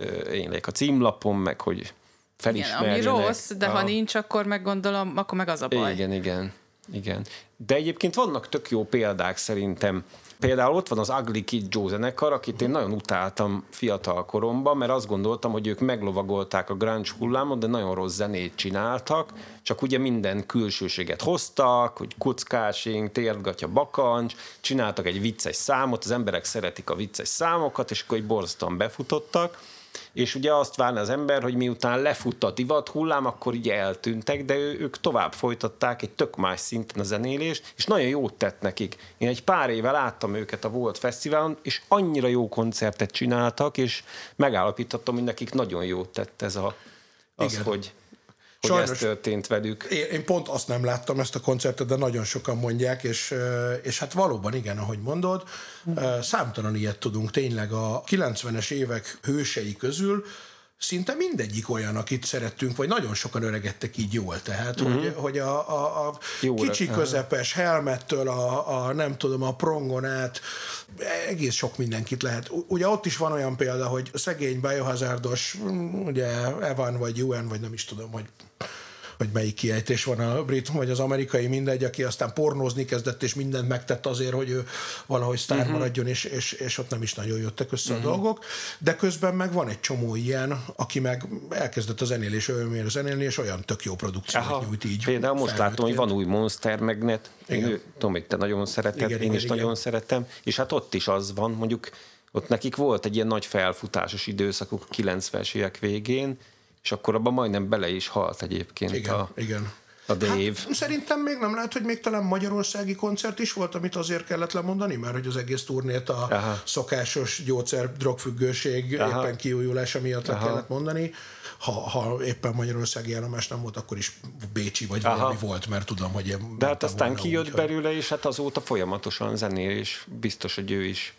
én legyek a címlapon, meg hogy felismerjenek. Igen, ami rossz, de a... ha nincs, akkor meg gondolom, akkor meg az a baj. Igen, igen, igen. De egyébként vannak tök jó példák szerintem. Például ott van az Ugly Kid Joe zenekar, akit én nagyon utáltam fiatal koromban, mert azt gondoltam, hogy ők meglovagolták a grunge hullámot, de nagyon rossz zenét csináltak, csak ugye minden külsőséget hoztak, hogy kuckásing, térdgatya, bakancs, csináltak egy vicces számot, az emberek szeretik a vicces számokat, és akkor egy borzasztóan befutottak, és ugye azt várna az ember, hogy miután lefut a divat hullám, akkor így eltűntek, de ő, ők tovább folytatták egy tök más szinten a zenélést, és nagyon jót tett nekik. Én egy pár éve láttam őket a Volt Fesztiválon, és annyira jó koncertet csináltak, és megállapítottam, hogy nekik nagyon jót tett ez a, az, Igen. hogy... hogy Sajnos, ez történt velük. Én, én pont azt nem láttam, ezt a koncertet, de nagyon sokan mondják, és, és hát valóban igen, ahogy mondod, számtalan ilyet tudunk tényleg a kilencvenes évek hősei közül, szinte mindegyik olyan, akit szerettünk, vagy nagyon sokan öregedtek így jól, tehát, mm-hmm. hogy, hogy a, a, a kicsi közepes Helmettől a, a nem tudom, a Prongon át egész sok mindenkit lehet. Ugye ott is van olyan példa, hogy szegény Biohazardos, ugye Evan vagy Ewan, vagy nem is tudom, hogy hogy melyik kiejtés van a brit, vagy az amerikai, mindegy, aki aztán pornózni kezdett, és mindent megtett azért, hogy ő valahogy sztár uh-huh. maradjon, és, és, és ott nem is nagyon jöttek össze uh-huh. a dolgok. De közben meg van egy csomó ilyen, aki meg elkezdett a zenélés örömére zenélni, és olyan tök jó produkciót nyújt így. Például most látom, hogy van új Monster Magnet, én, tudom, hogy te nagyon szereted, igen, én igen, is igen. nagyon szeretem, és hát ott is az van, mondjuk ott nekik volt egy ilyen nagy felfutásos időszakuk a kilencvenes évek végén, és akkor abban majdnem bele is halt egyébként igen, a, igen. a Dave. Hát, szerintem még nem lehet, hogy még talán magyarországi koncert is volt, amit azért kellett lemondani, mert hogy az egész turnét a Aha. szokásos gyógyszer, drogfüggőség Aha. éppen kiújulása miatt le kellett mondani. Ha, ha éppen magyarországi állomás nem volt, akkor is bécsi vagy Aha. valami volt, mert tudom, hogy én... De hát aztán kijött úgy, belőle, és hát azóta folyamatosan zenél, és biztos, hogy ő is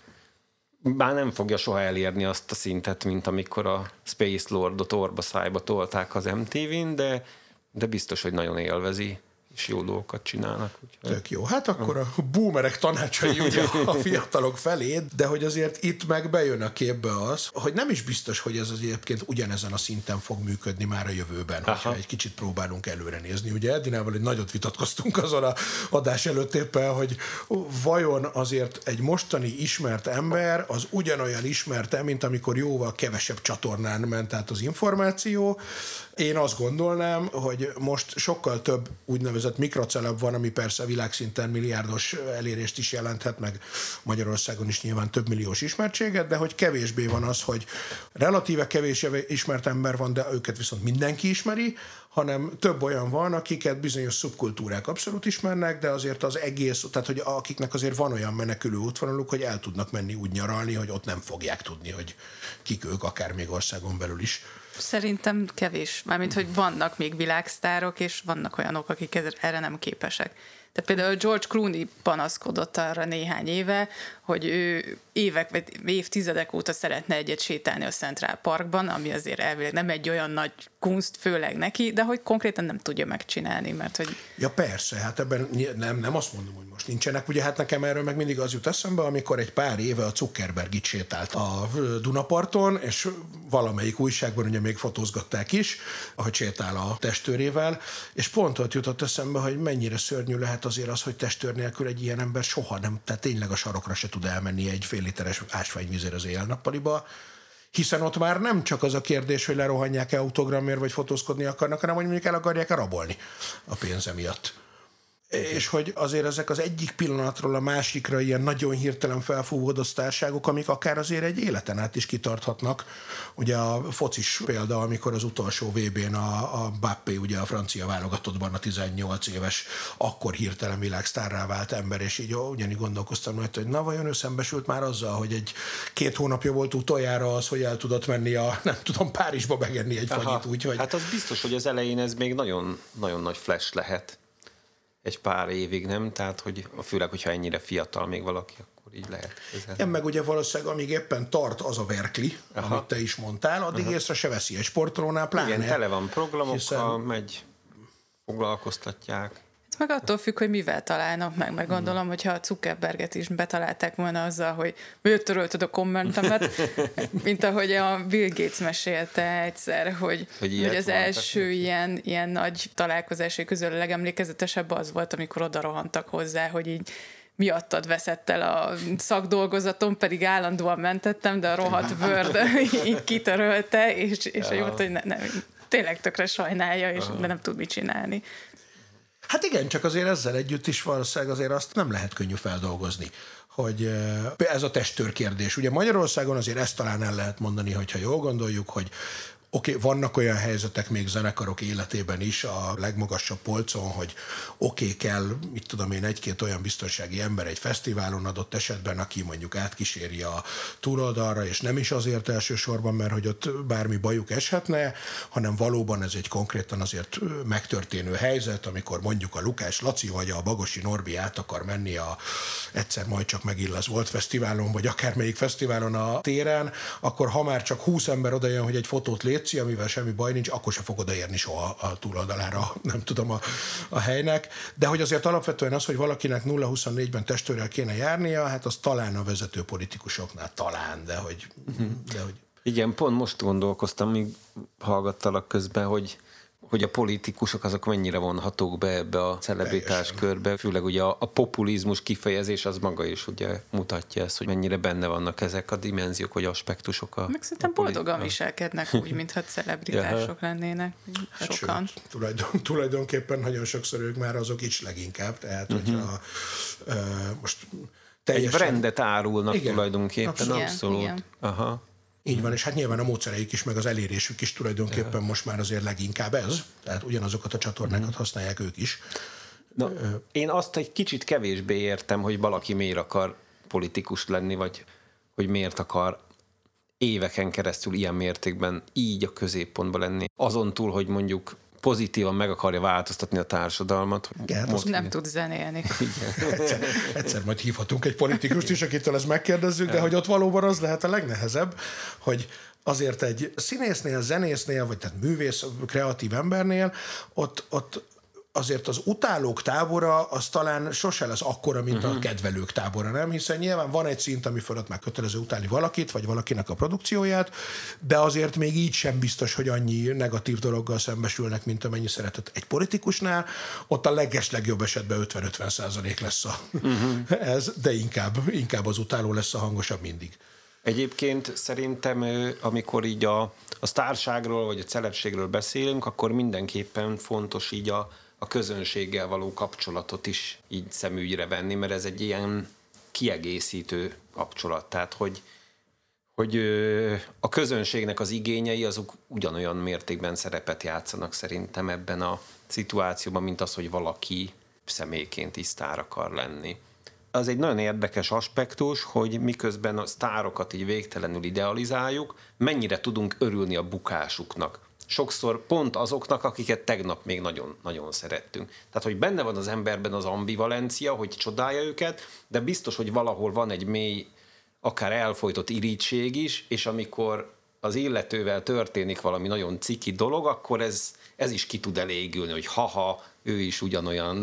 már nem fogja soha elérni azt a szintet, mint amikor a Space Lordot orba szájba tolták az em té vén, de, de biztos, hogy nagyon élvezi, és jó dolgokat csinálnak. Úgyhogy... Tök jó. Hát akkor a boomerek tanácsai ugye a fiatalok felé, de hogy azért itt meg bejön a képbe az, hogy nem is biztos, hogy ez az egyébként ugyanezen a szinten fog működni már a jövőben, Aha. hogyha egy kicsit próbálunk előre nézni. Ugye Edinával egy nagyot vitatkoztunk azon a adás előtt éppen, hogy vajon azért egy mostani ismert ember az ugyanolyan ismert, mint amikor jóval kevesebb csatornán ment át az információ. Én azt gondolnám, hogy most sokkal több úgynevezett mikroceleb van, ami persze világszinten milliárdos elérést is jelenthet, meg Magyarországon is nyilván több milliós ismertséget, de hogy kevésbé van az, hogy relatíve kevés ismert ember van, de őket viszont mindenki ismeri, hanem több olyan van, akiket bizonyos szubkultúrák abszolút ismernek, de azért az egész, tehát hogy akiknek azért van olyan menekülő útvonaluk, hogy el tudnak menni úgy nyaralni, hogy ott nem fogják tudni, hogy kik ők, akár még országon belül is. Szerintem kevés. Mármint, hogy vannak még világsztárok, és vannak olyanok, akik erre nem képesek. De például George Clooney panaszkodott arra néhány éve, hogy ő évek vagy évtizedek óta szeretne egyet sétálni a Central Parkban, ami azért elvileg nem egy olyan nagy kunst, főleg neki, de hogy konkrétan nem tudja megcsinálni, mert hogy... Ja persze, hát ebben nem, nem azt mondom, hogy most nincsenek. Ugye hát nekem erről meg mindig az jut eszembe, amikor egy pár éve a Zuckerberg itt sétált a Dunaparton, és valamelyik újságban ugye még fotózgatták is, ahogy sétál a testőrével, és pont ott jutott eszembe, hogy mennyire szörnyű lehet azért az, hogy testőr nélkül egy ilyen ember soha nem, tehát tényleg a sarokra se tud elmenni egy fél literes ásványvízért az éjjel-nappaliba, hiszen ott már nem csak az a kérdés, hogy lerohanják-e autogramért, vagy fotózkodni akarnak, hanem hogy mondjuk el akarják-e rabolni a pénze miatt. És hogy azért ezek az egyik pillanatról a másikra ilyen nagyon hirtelen felfúvódó sztárságok, amik akár azért egy életen át is kitarthatnak. Ugye a focis példa, amikor az utolsó vé bén a, a Mbappé, ugye a francia válogatottban a tizennyolc éves, akkor hirtelen világsztárrá vált ember, és így ó, ugyanígy gondolkoztam, hogy na vajon ő szembesült már azzal, hogy egy két hónapja volt utoljára az, hogy el tudott menni a, nem tudom, Párizsba megenni egy fagyit, úgyhogy... Hát az biztos, hogy az elején ez még nagyon, nagyon nagy flash lehet. Egy pár évig, nem? Tehát, hogy főleg, hogyha ennyire fiatal még valaki, akkor akkor így lehet. Igen, meg ugye valószínűleg, amíg éppen tart az a verkli, aha, amit te is mondtál, addig aha, észre se veszi egy sportolónál, pláne. Igen, tele van programokkal, hiszen... megy, foglalkoztatják. Ez meg attól függ, hogy mivel találnak meg, meg gondolom, hogyha a Zuckerberget is betalálták volna azzal, hogy miért törölted a kommentemet, mint ahogy a Bill Gates mesélte egyszer, hogy, hogy, hogy az első ilyen, ilyen nagy találkozásai közül a legemlékezetesebb az volt, amikor oda rohantak hozzá, hogy így miattad veszett el a szakdolgozatom, pedig állandóan mentettem, de a rohadt Word így kitörölte, és, és ja, mondta, hogy ne, ne, tényleg tökre sajnálja, és de nem tud mit csinálni. Hát igen, csak azért ezzel együtt is valószínűleg azért azt nem lehet könnyű feldolgozni, hogy ez a testtőr kérdés. Ugye Magyarországon azért ezt talán el lehet mondani, hogyha jól gondoljuk, hogy oké, okay, vannak olyan helyzetek még zenekarok életében is a legmagasabb polcon, hogy oké, okay, kell, mit tudom én, egy-két olyan biztonsági ember egy fesztiválon adott esetben, aki mondjuk átkíséri a túloldalra, és nem is azért elsősorban, mert hogy ott bármi bajuk eshetne, hanem valóban ez egy konkrétan azért megtörténő helyzet, amikor mondjuk a Lukás Laci vagy a Bagosi Norbi át akar menni a egyszer majd csak megint lesz volt fesztiválon, vagy akármelyik fesztiválon a téren, akkor ha már csak húsz ember odajön, hogy egy fotót lét, amivel semmi baj nincs, akkor se fog odaérni soha a túloldalára, nem tudom, a, a helynek. De hogy azért alapvetően az, hogy valakinek nulla huszonnégyben testőrrel kéne járnia, hát az talán a vezető politikusoknál talán, de hogy... Uh-huh. De hogy... Igen, pont most gondolkoztam, míg hallgattalak közben, hogy hogy a politikusok azok mennyire vonhatók be ebbe a celebritás körbe, főleg ugye a, a populizmus kifejezés az maga is ugye mutatja ezt, hogy mennyire benne vannak ezek a dimenziók vagy aspektusok. A, meg szerintem boldogan viselkednek úgy, mintha celebritások lennének. Hát sokan. Sőt, tulajdon, tulajdonképpen nagyon sokszor ők már azok is leginkább, tehát uh-huh. hogyha uh, most teljesen... Egy brandet árulnak igen, tulajdonképpen, abszolút. abszolút. Igen, Aha. Így van, és hát nyilván a módszereik is, meg az elérésük is tulajdonképpen ja. most már azért leginkább ez, tehát ugyanazokat a csatornákat uh-huh. használják ők is. Na, én azt egy kicsit kevésbé értem, hogy valaki miért akar politikus lenni, vagy hogy miért akar éveken keresztül ilyen mértékben így a középpontban lenni. Azon túl, hogy mondjuk pozitívan meg akarja változtatni a társadalmat. Igen, most nem tud zenélni. egyszer, egyszer majd hívhatunk egy politikust is, akitől ezt megkérdezzük, de hogy ott valóban az lehet a legnehezebb, hogy azért egy színésznél, zenésznél, vagy tehát művész, kreatív embernél, ott, ott azért az utálók tábora az talán sose lesz akkora, mint uh-huh. a kedvelők tábora, nem? Hiszen nyilván van egy szint, ami fölött már kötelező utálni valakit, vagy valakinek a produkcióját, de azért még így sem biztos, hogy annyi negatív dologgal szembesülnek, mint amennyi szeretet. Egy politikusnál ott a legeslegjobb esetben ötven-ötven százalék lesz a, uh-huh. ez, de inkább, inkább az utáló lesz a hangosabb mindig. Egyébként szerintem, amikor így a, a sztárságról, vagy a celebségről beszélünk, akkor mindenképpen fontos így a a közönséggel való kapcsolatot is így szemügyre venni, mert ez egy ilyen kiegészítő kapcsolat. Tehát, hogy, hogy a közönségnek az igényei azok ugyanolyan mértékben szerepet játszanak szerintem ebben a szituációban, mint az, hogy valaki személyként is sztár akar lenni. Az egy nagyon érdekes aspektus, hogy miközben a sztárokat így végtelenül idealizáljuk, mennyire tudunk örülni a bukásuknak. Sokszor pont azoknak, akiket tegnap még nagyon, nagyon szerettünk. Tehát, hogy benne van az emberben az ambivalencia, hogy csodálja őket, de biztos, hogy valahol van egy mély, akár elfojtott irigység is, és amikor az illetővel történik valami nagyon ciki dolog, akkor ez, ez is ki tud elégülni, hogy haha, ő is ugyanolyan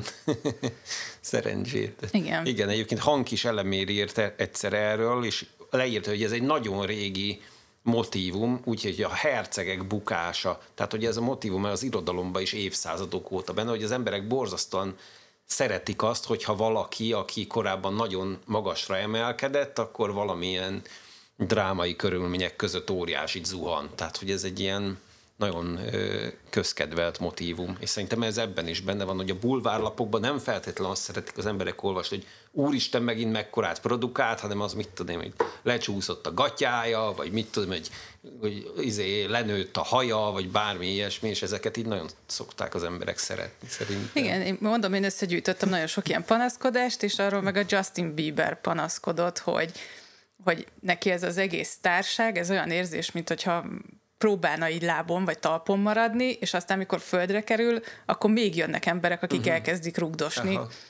szerencsét. Igen. Igen, egyébként Hankis Elemér írt egyszer erről, és leírta, hogy ez egy nagyon régi motívum, úgyhogy a hercegek bukása, tehát hogy ez a motívum az irodalomban is évszázadok óta benne, hogy az emberek borzasztóan szeretik azt, hogyha valaki, aki korábban nagyon magasra emelkedett, akkor valamilyen drámai körülmények között óriásit zuhan. Tehát, hogy ez egy ilyen nagyon ö, közkedvelt motívum. És szerintem ez ebben is benne van, hogy a bulvárlapokban nem feltétlenül azt szeretik az emberek olvasni, hogy úristen megint mekkorát produkált, hanem az mit tudom, hogy lecsúszott a gatyája, vagy mit tudom, hogy, hogy izé, lenőtt a haja, vagy bármi ilyesmi, és ezeket így nagyon szokták az emberek szeretni szerintem. Igen, én mondom, én összegyűjtöttem nagyon sok ilyen panaszkodást, és arról meg a Justin Bieber panaszkodott, hogy, hogy neki ez az egész sztárság, ez olyan érzés, mint hogyha próbálna így lábon vagy talpon maradni, és aztán, amikor földre kerül, akkor még jönnek emberek, akik uh-huh. elkezdik rugdosni. Aha.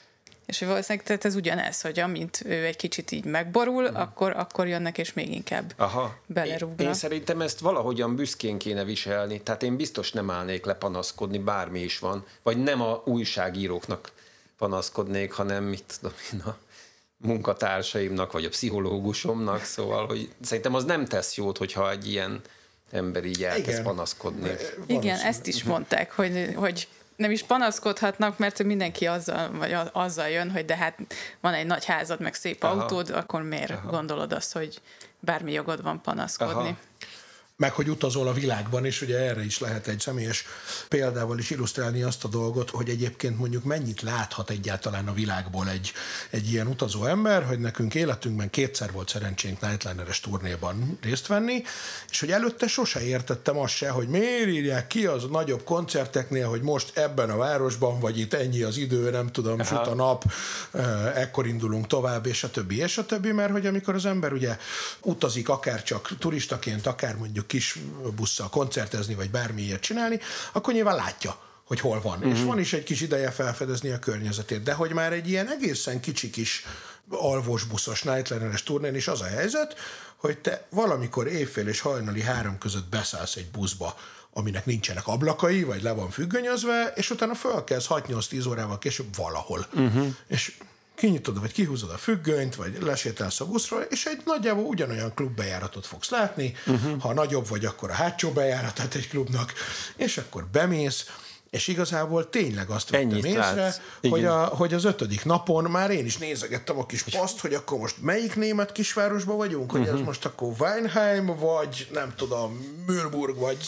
És valószínűleg tehát ez ugyanez, hogy amint ő egy kicsit így megborul, mm. akkor, akkor jönnek és még inkább Aha. belerúgnak. Én, én szerintem ezt valahogyan büszkén kéne viselni, tehát én biztos nem állnék le panaszkodni, bármi is van, vagy nem a újságíróknak panaszkodnék, hanem mit tudom én, a munkatársaimnak, vagy a pszichológusomnak, szóval, hogy szerintem az nem tesz jót, hogyha egy ilyen ember így elkezd Igen. panaszkodni. Igen, ezt is mondták, hogy, hogy nem is panaszkodhatnak, mert mindenki azzal, vagy azzal jön, hogy de hát van egy nagy házad, meg szép Aha. autód, akkor miért Aha. gondolod azt, hogy bármi jogod van panaszkodni? Aha. Meg hogy utazol a világban, és ugye erre is lehet egy személyes példával is illusztrálni azt a dolgot, hogy egyébként mondjuk mennyit láthat egyáltalán a világból egy, egy ilyen utazó ember, hogy nekünk életünkben kétszer volt szerencsénk Nightliner-es turnéban részt venni, és hogy előtte sose értettem azt se, hogy miért írják ki az nagyobb koncerteknél, hogy most ebben a városban, vagy itt ennyi az idő, nem tudom, süt a nap, ekkor indulunk tovább, és a többi, és a többi, mert hogy amikor az ember ugye utazik, akár csak turistaként, akár mondjuk kis busszal koncertezni, vagy bármi ilyet csinálni, akkor nyilván látja, hogy hol van. Uh-huh. És van is egy kis ideje felfedezni a környezetét. De hogy már egy ilyen egészen kicsi kis alvós buszos Nightliner-es turnén is az a helyzet, hogy te valamikor éjfél és hajnali három között beszállsz egy buszba, aminek nincsenek ablakai, vagy le van függönyözve, és utána felkelsz hat-nyolc-tíz órával később valahol. Uh-huh. És kinyitod, vagy kihúzod a függönyt, vagy lesétálsz a buszról, és egy nagyjából ugyanolyan klubbejáratot fogsz látni, uh-huh. ha nagyobb vagy, akkor a hátsó bejáratát egy klubnak, és akkor bemész, és igazából tényleg azt vettem észre, hogy, a, hogy az ötödik napon már én is nézegettem a kis paszt, hogy akkor most melyik német kisvárosban vagyunk, hogy uh-huh. ez most akkor Weinheim, vagy nem tudom, Mühlburg, vagy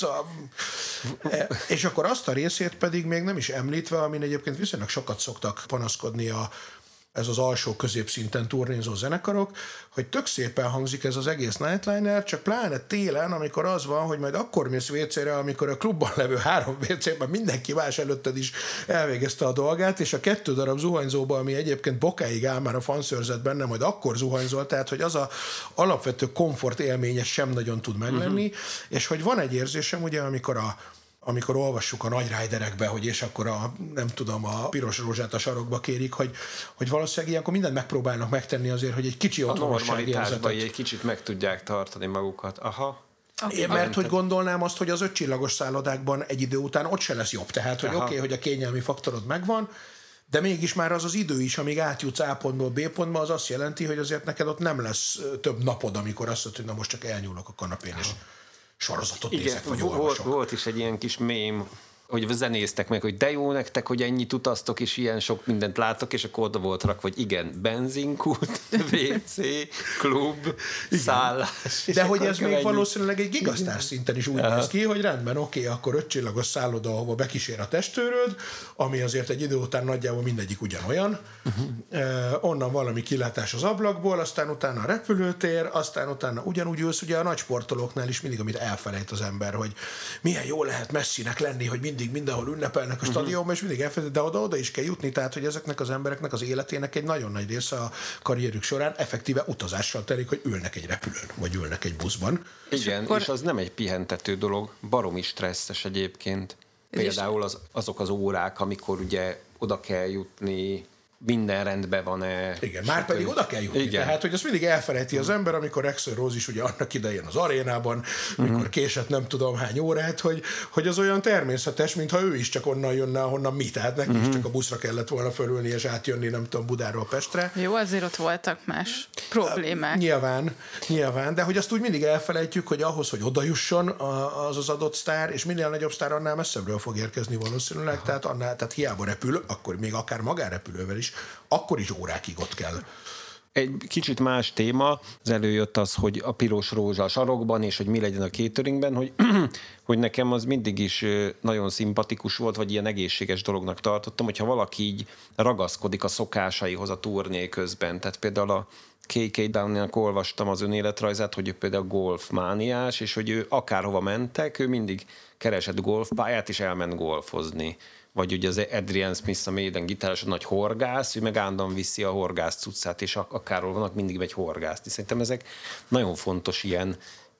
és akkor azt a részét pedig még nem is említve, amin egyébként viszonylag sokat szoktak panaszkodni a ez az alsó középszinten turnézó zenekarok, hogy tök szépen hangzik ez az egész Nightliner, csak pláne télen, amikor az van, hogy majd akkor mész vécére, amikor a klubban levő három vécében mindenki más előtted is elvégezte a dolgát, és a kettő darab zuhanyzóba, ami egyébként bokáig áll már a fanszörzet benne, majd akkor zuhanyzol, tehát hogy az a alapvető komfort élménye sem nagyon tud meglenni, uh-huh. és hogy van egy érzésem, ugye, amikor a amikor olvassuk a nagy riderekbe, hogy és akkor a, nem tudom, a piros rózsát a sarokba kérik, hogy, hogy valószínűleg ilyenkor mindent megpróbálnak megtenni azért, hogy egy kicsi otthonosság érzetet. egy kicsit meg tudják tartani magukat. Aha. É, mert hogy gondolnám azt, hogy az ötcsillagos szállodákban egy idő után ott se lesz jobb. Tehát, hogy oké, okay, hogy a kényelmi faktorod megvan, de mégis már az az idő is, amíg átjutsz A pontból B pontba, az azt jelenti, hogy azért neked ott nem lesz több napod, amikor azt mondod, hogy na most csak elnyúlok a kanapén, és sorozatot Igen, nézek, vagy volt, olvasok. Volt is egy ilyen kis mém, hogy zenéztek meg, hogy de jó nektek, hogy ennyit utaztok, és ilyen sok mindent láttok, és akkor oda volt rakva, hogy igen, benzinkút, vé cé, klub, igen. szállás. De hogy ez még valószínűleg egy gigasztár szinten is úgy néz ki, hogy rendben, oké, okay, akkor ötcsillagos szálloda, ahova bekísér a testőröd, ami azért egy idő után nagyjából mindegyik ugyanolyan. Uh-huh. Eh, onnan valami kilátás az ablakból, aztán utána a repülőtér, aztán utána ugyanúgy ülsz, ugye a nagy sportolóknál is mindig, amit elfelejt az ember, hogy milyen jó lehet messzinek lenni, hogy mindig mindenhol ünnepelnek a stadionban, és mindig elfelejt, de oda-oda is kell jutni, tehát hogy ezeknek az embereknek az életének egy nagyon nagy része a karrierük során effektíve utazással telik, hogy ülnek egy repülőn, vagy ülnek egy buszban. Igen, és, akkor... és az nem egy pihentető dolog, baromi stresszes egyébként. Például az, azok az órák, amikor ugye oda kell jutni, minden rendben van-e. Igen, már pedig oda kell jutni. Igen. Tehát, hogy azt mindig elfelejti az ember, amikor Axl Rose is ugye annak idején az arénában, amikor uh-huh. késett nem tudom hány órát, hogy, hogy az olyan természetes, mintha ő is csak onnan jönne, ahonnan mi. Tehát neki uh-huh. is csak a buszra kellett volna fölülni, és átjönni, nem tudom, Budáról Pestre. Jó, azért ott voltak más problémák. Nyilván, nyilván, de hogy azt úgy mindig elfelejtjük, hogy ahhoz, hogy oda jusson az az adott sztár, és minél nagyobb sztár, annál messzebbről fog érkezni valószínűleg, uh-huh. tehát, annál, tehát hiába repül, akkor még akár magánrepülővel is, akkor is órákig ott kell. Egy kicsit más téma, az előjött az, hogy a piros rózsa a sarokban, és hogy mi legyen a cateringben, hogy, hogy nekem az mindig is nagyon szimpatikus volt, vagy ilyen egészséges dolognak tartottam, hogyha valaki így ragaszkodik a szokásaihoz a turné közben. Tehát például a ká ká Downey-nak olvastam az önéletrajzát, hogy ő például golfmániás, és hogy ő akárhova mentek, ő mindig keresett golfpályát, és elment golfozni. Vagy ugye az Adrian Smith, a Maiden gitáros, a nagy horgász, ő meg állandóan viszi a horgász cuccát, és akárhol vannak, mindig megy horgászni. Szerintem ezek nagyon fontos ilyen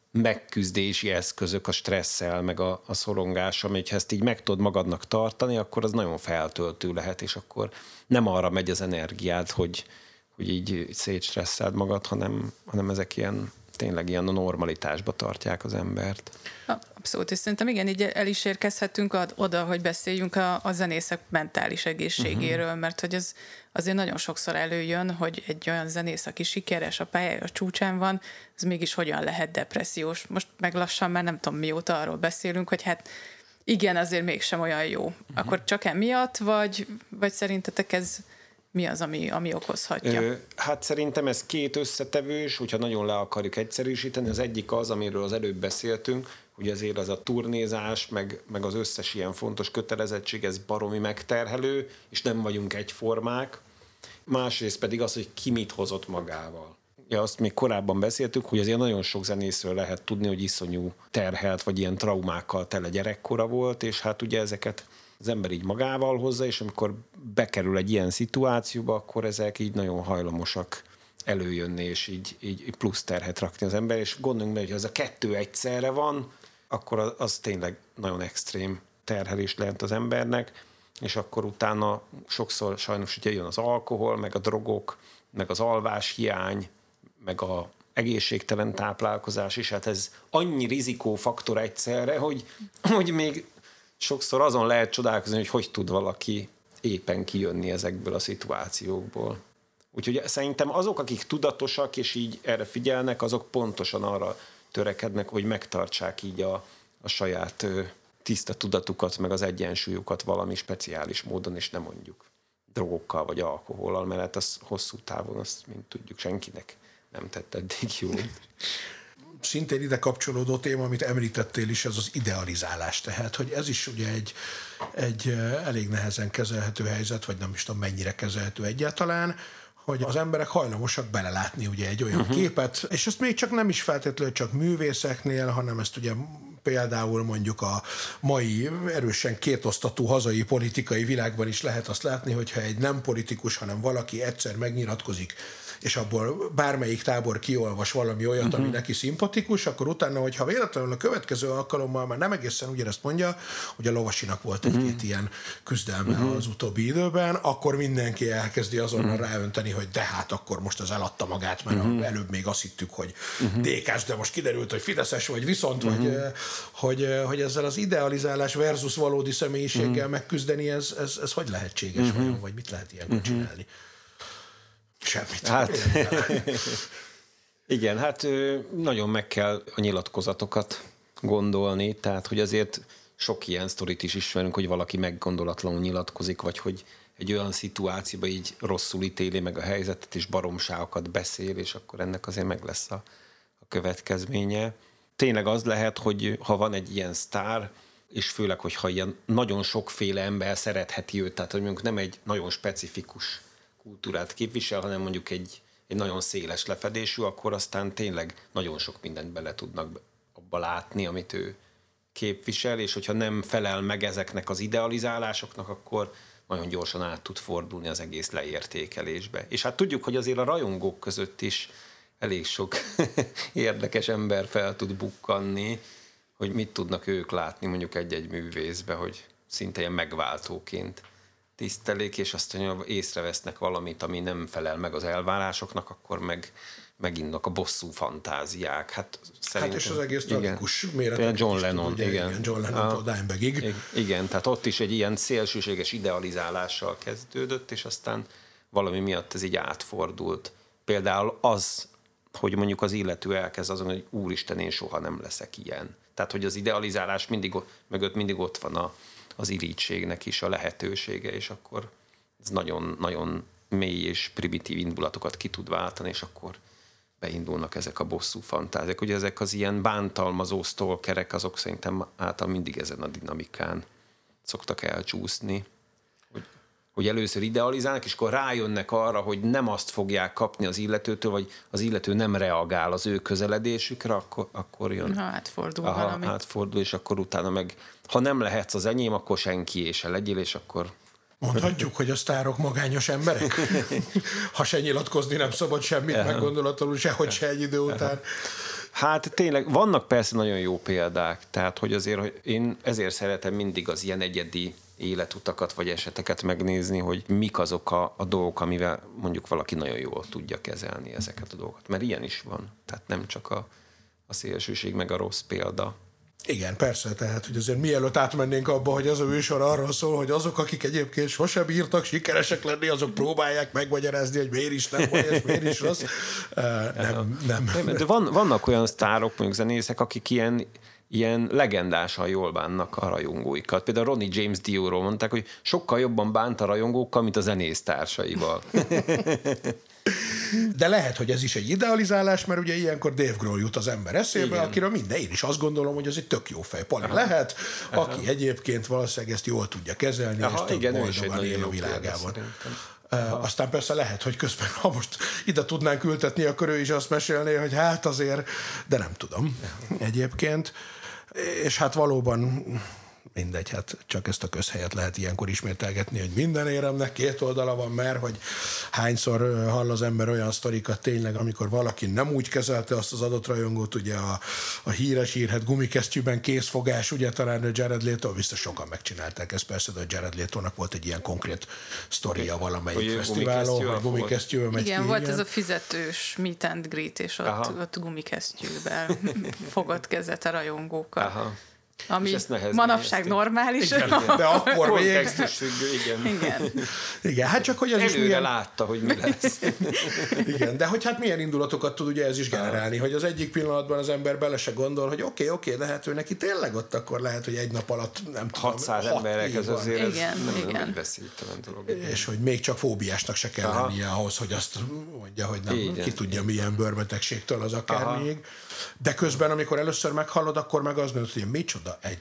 megküzdési eszközök a stresszel, meg a, a szorongással, hogyha ezt így meg tudod magadnak tartani, akkor az nagyon feltöltő lehet, és akkor nem arra megy az energiád, hogy, hogy így szétstresszáld magad, hanem, hanem ezek ilyen, tényleg ilyen a normalitásba tartják az embert. Abszolút, és szerintem igen, így el is érkezhetünk oda, hogy beszéljünk a, a zenészek mentális egészségéről, uh-huh. mert hogy ez azért nagyon sokszor előjön, hogy egy olyan zenész, aki sikeres, a pályája a csúcsán van, ez mégis hogyan lehet depressziós. Most meg lassan már nem tudom mióta arról beszélünk, hogy hát igen, azért mégsem olyan jó. Uh-huh. Akkor csak emiatt, vagy, vagy szerintetek ez mi az, ami, ami okozhatja? Ö, hát szerintem ez két összetevős, hogyha nagyon le akarjuk egyszerűsíteni. Az egyik az, amiről az előbb beszéltünk, hogy azért az a turnézás, meg, meg az összes ilyen fontos kötelezettség, ez baromi megterhelő, és nem vagyunk egyformák. Másrészt pedig az, hogy ki mit hozott magával. Ja, azt még korábban beszéltük, hogy azért nagyon sok zenészről lehet tudni, hogy iszonyú terhelt, vagy ilyen traumákkal tele gyerekkora volt, és hát ugye ezeket az ember így magával hozza, és amikor bekerül egy ilyen szituációba, akkor ezek így nagyon hajlamosak előjönni, és így, így plusz terhet rakni az ember, és gondoljunk meg, hogy az a kettő egyszerre van, akkor az, az tényleg nagyon extrém terhelést lehet az embernek, és akkor utána sokszor sajnos ugye jön az alkohol, meg a drogok, meg az alváshiány, meg a egészségtelen táplálkozás, és hát ez annyi rizikófaktor egyszerre, hogy, hogy még sokszor azon lehet csodálkozni, hogy hogy tud valaki éppen kijönni ezekből a szituációkból. Úgyhogy szerintem azok, akik tudatosak és így erre figyelnek, azok pontosan arra törekednek, hogy megtartsák így a, a saját ö, tiszta tudatukat, meg az egyensúlyukat valami speciális módon, és nem mondjuk drogokkal vagy alkohollal, mert hát az hosszú távon, azt, mint tudjuk, senkinek nem tett eddig jó. Szintén ide kapcsolódó téma, amit említettél is, ez az idealizálás. Tehát, hogy ez is ugye egy, egy elég nehezen kezelhető helyzet, vagy nem is tudom mennyire kezelhető egyáltalán, hogy az emberek hajlamosak belelátni ugye egy olyan uh-huh. képet, és ezt még csak nem is feltétlenül csak művészeknél, hanem ezt ugye például mondjuk a mai erősen kétosztatú hazai politikai világban is lehet azt látni, hogyha egy nem politikus, hanem valaki egyszer megnyilatkozik, és abból bármelyik tábor kiolvas valami olyat, uh-huh. ami neki szimpatikus, akkor utána, hogyha véletlenül a következő alkalommal már nem egészen ugyanezt mondja, hogy a Lovasinak volt egy-két uh-huh. ilyen küzdelme uh-huh. az utóbbi időben, akkor mindenki elkezdi azonnal uh-huh. ráönteni, hogy de hát akkor most az eladta magát, mert uh-huh. előbb még azt hittük, hogy uh-huh. dé ká-s, de most kiderült, hogy fideszes vagy, viszont, uh-huh. vagy, hogy, hogy ezzel az idealizálás versus valódi személyiséggel uh-huh. megküzdeni, ez, ez, ez hogy lehetséges uh-huh. vajon, vagy mit lehet ilyenkor uh-huh. csinálni? Semmit. Hát, igen, hát nagyon meg kell a nyilatkozatokat gondolni, tehát hogy azért sok ilyen sztorit is ismerünk, hogy valaki meggondolatlanul nyilatkozik, vagy hogy egy olyan szituációban így rosszul ítéli meg a helyzetet, és baromságokat beszél, és akkor ennek azért meg lesz a, a következménye. Tényleg az lehet, hogy ha van egy ilyen sztár, és főleg, hogyha ilyen nagyon sokféle ember szeretheti őt, tehát hogy mondjuk nem egy nagyon specifikus kultúrát képvisel, hanem mondjuk egy, egy nagyon széles lefedésű, akkor aztán tényleg nagyon sok mindent bele tudnak abba látni, amit ő képvisel, és hogyha nem felel meg ezeknek az idealizálásoknak, akkor nagyon gyorsan át tud fordulni az egész leértékelésbe. És hát tudjuk, hogy azért a rajongók között is elég sok érdekes ember fel tud bukkanni, hogy mit tudnak ők látni mondjuk egy-egy művészbe, hogy szinte ilyen megváltóként tisztelik, és aztán észrevesznek valamit, ami nem felel meg az elvárásoknak, akkor meg megindulnak a bosszú fantáziák. Hát, hát és az egész tragikus méretek. John Lennon, ugye, igen. igen. John Lennon-tól Dimebagig. Igen, tehát ott is egy ilyen szélsőséges idealizálással kezdődött, és aztán valami miatt ez így átfordult. Például az, hogy mondjuk az illető elkezd azon, hogy úristen, én soha nem leszek ilyen. Tehát, hogy az idealizálás mindig, mögött mindig ott van a az irítségnek is a lehetősége, és akkor ez nagyon-nagyon mély és primitív indulatokat ki tud váltani, és akkor beindulnak ezek a bosszú fantáziák. Ugye ezek az ilyen bántalmazó stalkerek, azok szerintem által mindig ezen a dinamikán szoktak elcsúszni, hogy, hogy először idealizálnak, és akkor rájönnek arra, hogy nem azt fogják kapni az illetőtől, vagy az illető nem reagál az ő közeledésükre, akkor, akkor jön. Ha átfordul Aha, valami. átfordul, és akkor utána meg, ha nem lehetsz az enyém, akkor senkié se legyél, és akkor... Mondhatjuk, hogy a sztárok magányos emberek? Ha se nyilatkozni nem szabad semmit, meg gondolatlanul sehogy se egy idő után. Hát tényleg, vannak persze nagyon jó példák, tehát hogy azért, hogy én ezért szeretem mindig az ilyen egyedi életutakat vagy eseteket megnézni, hogy mik azok a, a dolgok, amivel mondjuk valaki nagyon jól tudja kezelni ezeket a dolgokat. Mert ilyen is van, tehát nem csak a, a szélsőség meg a rossz példa. Igen, persze, tehát, hogy azért mielőtt átmennénk abba, hogy az a műsor arról szól, hogy azok, akik egyébként sosem bírtak sikeresek lenni, azok próbálják megmagyarázni, hogy miért is nem vagy, és miért is rossz. Uh, nem, nem. nem. De van, vannak olyan sztárok, mondjuk zenészek, akik ilyen, ilyen legendásan jól bánnak a rajongóikat. Például Ronnie James Dio-ról mondták, hogy sokkal jobban bánt a rajongókkal, mint a zenésztársaival. De lehet, hogy ez is egy idealizálás, mert ugye ilyenkor Dave Grohl jut az ember eszébe, igen. Akiről minden, én is azt gondolom, hogy ez egy tök jó fej Pali lehet, aha. Aki egyébként valószínűleg ezt jól tudja kezelni, aha, és tök igen, boldogan él a világában. Uh, aztán persze lehet, hogy közben, ha most ide tudnánk ültetni, akkor ő is azt mesélné, hogy hát azért, de nem tudom egyébként. És hát valóban mindegy, hát csak ezt a közhelyet lehet ilyenkor ismételgetni, hogy minden éremnek két oldala van, mert hogy hányszor hall az ember olyan sztorikat tényleg, amikor valaki nem úgy kezelte azt az adott rajongót, ugye a, a híres hírhet gumikesztyűben készfogás, ugye talán Jared Leto, biztos sokan megcsinálták ezt persze, de Jared Letónak volt egy ilyen konkrét sztoria valamelyik fesztiválon, hogy gumikesztyűvel megy igen, ki, volt igen. Ez a fizetős meet and greet, és ott, ott gumikesztyűben fogott kezet a rajongókkal. Aha. Ami manapság normális. Igen, de akkor még... igen. igen. Igen, hát csak hogy ez előre is milyen... látta, hogy mi lesz. Igen, de hogy hát milyen indulatokat tud ugye ez is generálni, hogy az egyik pillanatban az ember bele se gondol, hogy oké, okay, oké, okay, de hát ő neki tényleg ott akkor lehet, hogy egy nap alatt nem tudom. hatszáz emberek, ez azért igen, ez nem, igen. nem egy veszélytelen dolog. És hogy még csak fóbiásnak se kell Aha. lennie ahhoz, hogy azt mondja, hogy nem, igen. Ki tudja milyen bőrbetegségtől az akár még. De közben, amikor először meghallod, akkor meg az mondod, hogy micsoda egy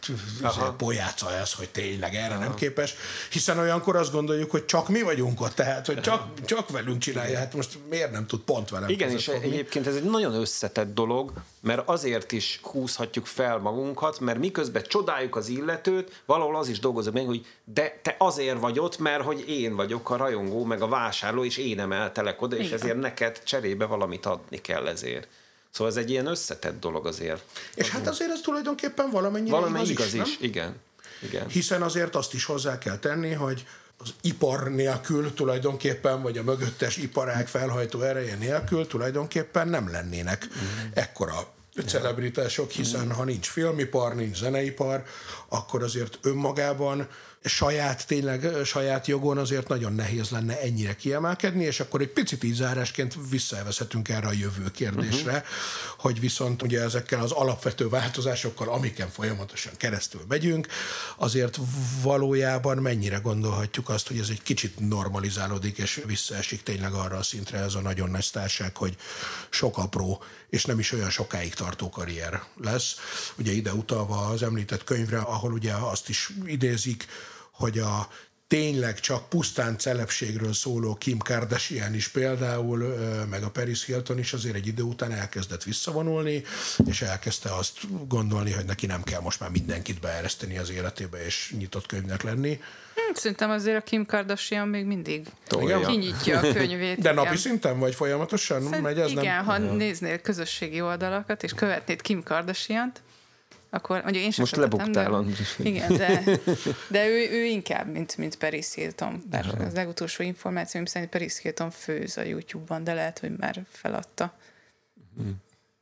pojáca ez, hogy tényleg erre Aha. nem képes, hiszen olyankor azt gondoljuk, hogy csak mi vagyunk ott, tehát, hogy csak, csak velünk csinálja, hát most miért nem tud pont velem? Igen, és fogni? Egyébként ez egy nagyon összetett dolog, mert azért is húzhatjuk fel magunkat, mert miközben csodáljuk az illetőt, valahol az is dolgozok meg, hogy de te azért vagy ott, mert hogy én vagyok a rajongó, meg a vásárló, és én emeltelek oda, és Igen. ezért neked cserébe valamit adni kell ezért. Szóval ez egy ilyen összetett dolog azért. És az hát azért ez tulajdonképpen valamennyire valamennyi igaz, igaz is, is, igen. igen. Hiszen azért azt is hozzá kell tenni, hogy az ipar nélkül tulajdonképpen, vagy a mögöttes iparág felhajtó ereje nélkül tulajdonképpen nem lennének mm. ekkora celebritások, hiszen mm. ha nincs filmipar, nincs zeneipar, akkor azért önmagában saját, tényleg saját jogon azért nagyon nehéz lenne ennyire kiemelkedni, és akkor egy picit így zárásként visszavezhetünk erre a jövő kérdésre, uh-huh. hogy viszont ugye ezekkel az alapvető változásokkal, amiken folyamatosan keresztül megyünk, azért valójában mennyire gondolhatjuk azt, hogy ez egy kicsit normalizálódik, és visszaesik tényleg arra a szintre ez a nagyon nagy sztárság, hogy sok apró és nem is olyan sokáig tartó karrier lesz. Ugye ide utalva az említett könyvre, ahol ugye azt is idézik, hogy a tényleg csak pusztán celebségről szóló Kim Kardashian is például, meg a Paris Hilton is azért egy idő után elkezdett visszavonulni, és elkezdte azt gondolni, hogy neki nem kell most már mindenkit beereszteni az életébe, és nyitott könyvnek lenni. Szerintem azért a Kim Kardashian még mindig Tolja. kinyitja a könyvét. De napi szinten vagy folyamatosan Szerint megy ez? Igen, nem? ha néznél közösségi oldalakat, és követnéd Kim Kardashiant, akkor mondjuk én sem most lebuktál. Igen, de, de ő, ő inkább, mint, mint Paris Hilton. Bár az legutolsó információim szerint Paris Hilton főz a YouTube-ban, de lehet, hogy már feladta. Hmm.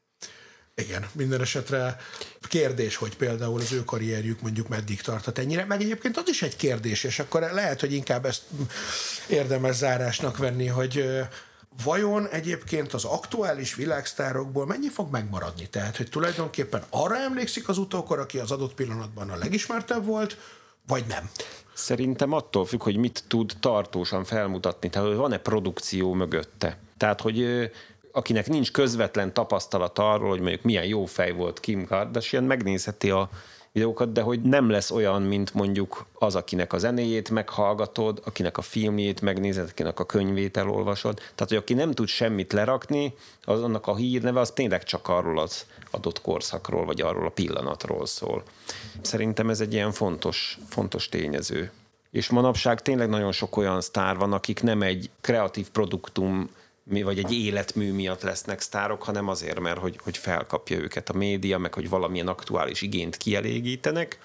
Igen, minden esetre kérdés, hogy például az ő karrierjük mondjuk meddig tartott ennyire, meg egyébként az is egy kérdés, és akkor lehet, hogy inkább ezt érdemes zárásnak venni, hogy vajon egyébként az aktuális világsztárokból mennyi fog megmaradni? Tehát, hogy tulajdonképpen arra emlékszik az utókor, aki az adott pillanatban a legismertebb volt, vagy nem? Szerintem attól függ, hogy mit tud tartósan felmutatni, tehát hogy van-e produkció mögötte. Tehát, hogy akinek nincs közvetlen tapasztalat arról, hogy mondjuk milyen jó fej volt Kim Kardashian, megnézheti a videókat, de hogy nem lesz olyan, mint mondjuk az, akinek a zenéjét meghallgatod, akinek a filmjét megnézed, akinek a könyvét elolvasod. Tehát, hogy aki nem tud semmit lerakni, az annak a hírneve az tényleg csak arról az adott korszakról, vagy arról a pillanatról szól. Szerintem ez egy ilyen fontos, fontos tényező. És manapság tényleg nagyon sok olyan sztár van, akik nem egy kreatív produktum mi vagy egy életmű miatt lesznek sztárok, hanem azért, mert hogy, hogy felkapja őket a média, meg hogy valamilyen aktuális igényt kielégítenek,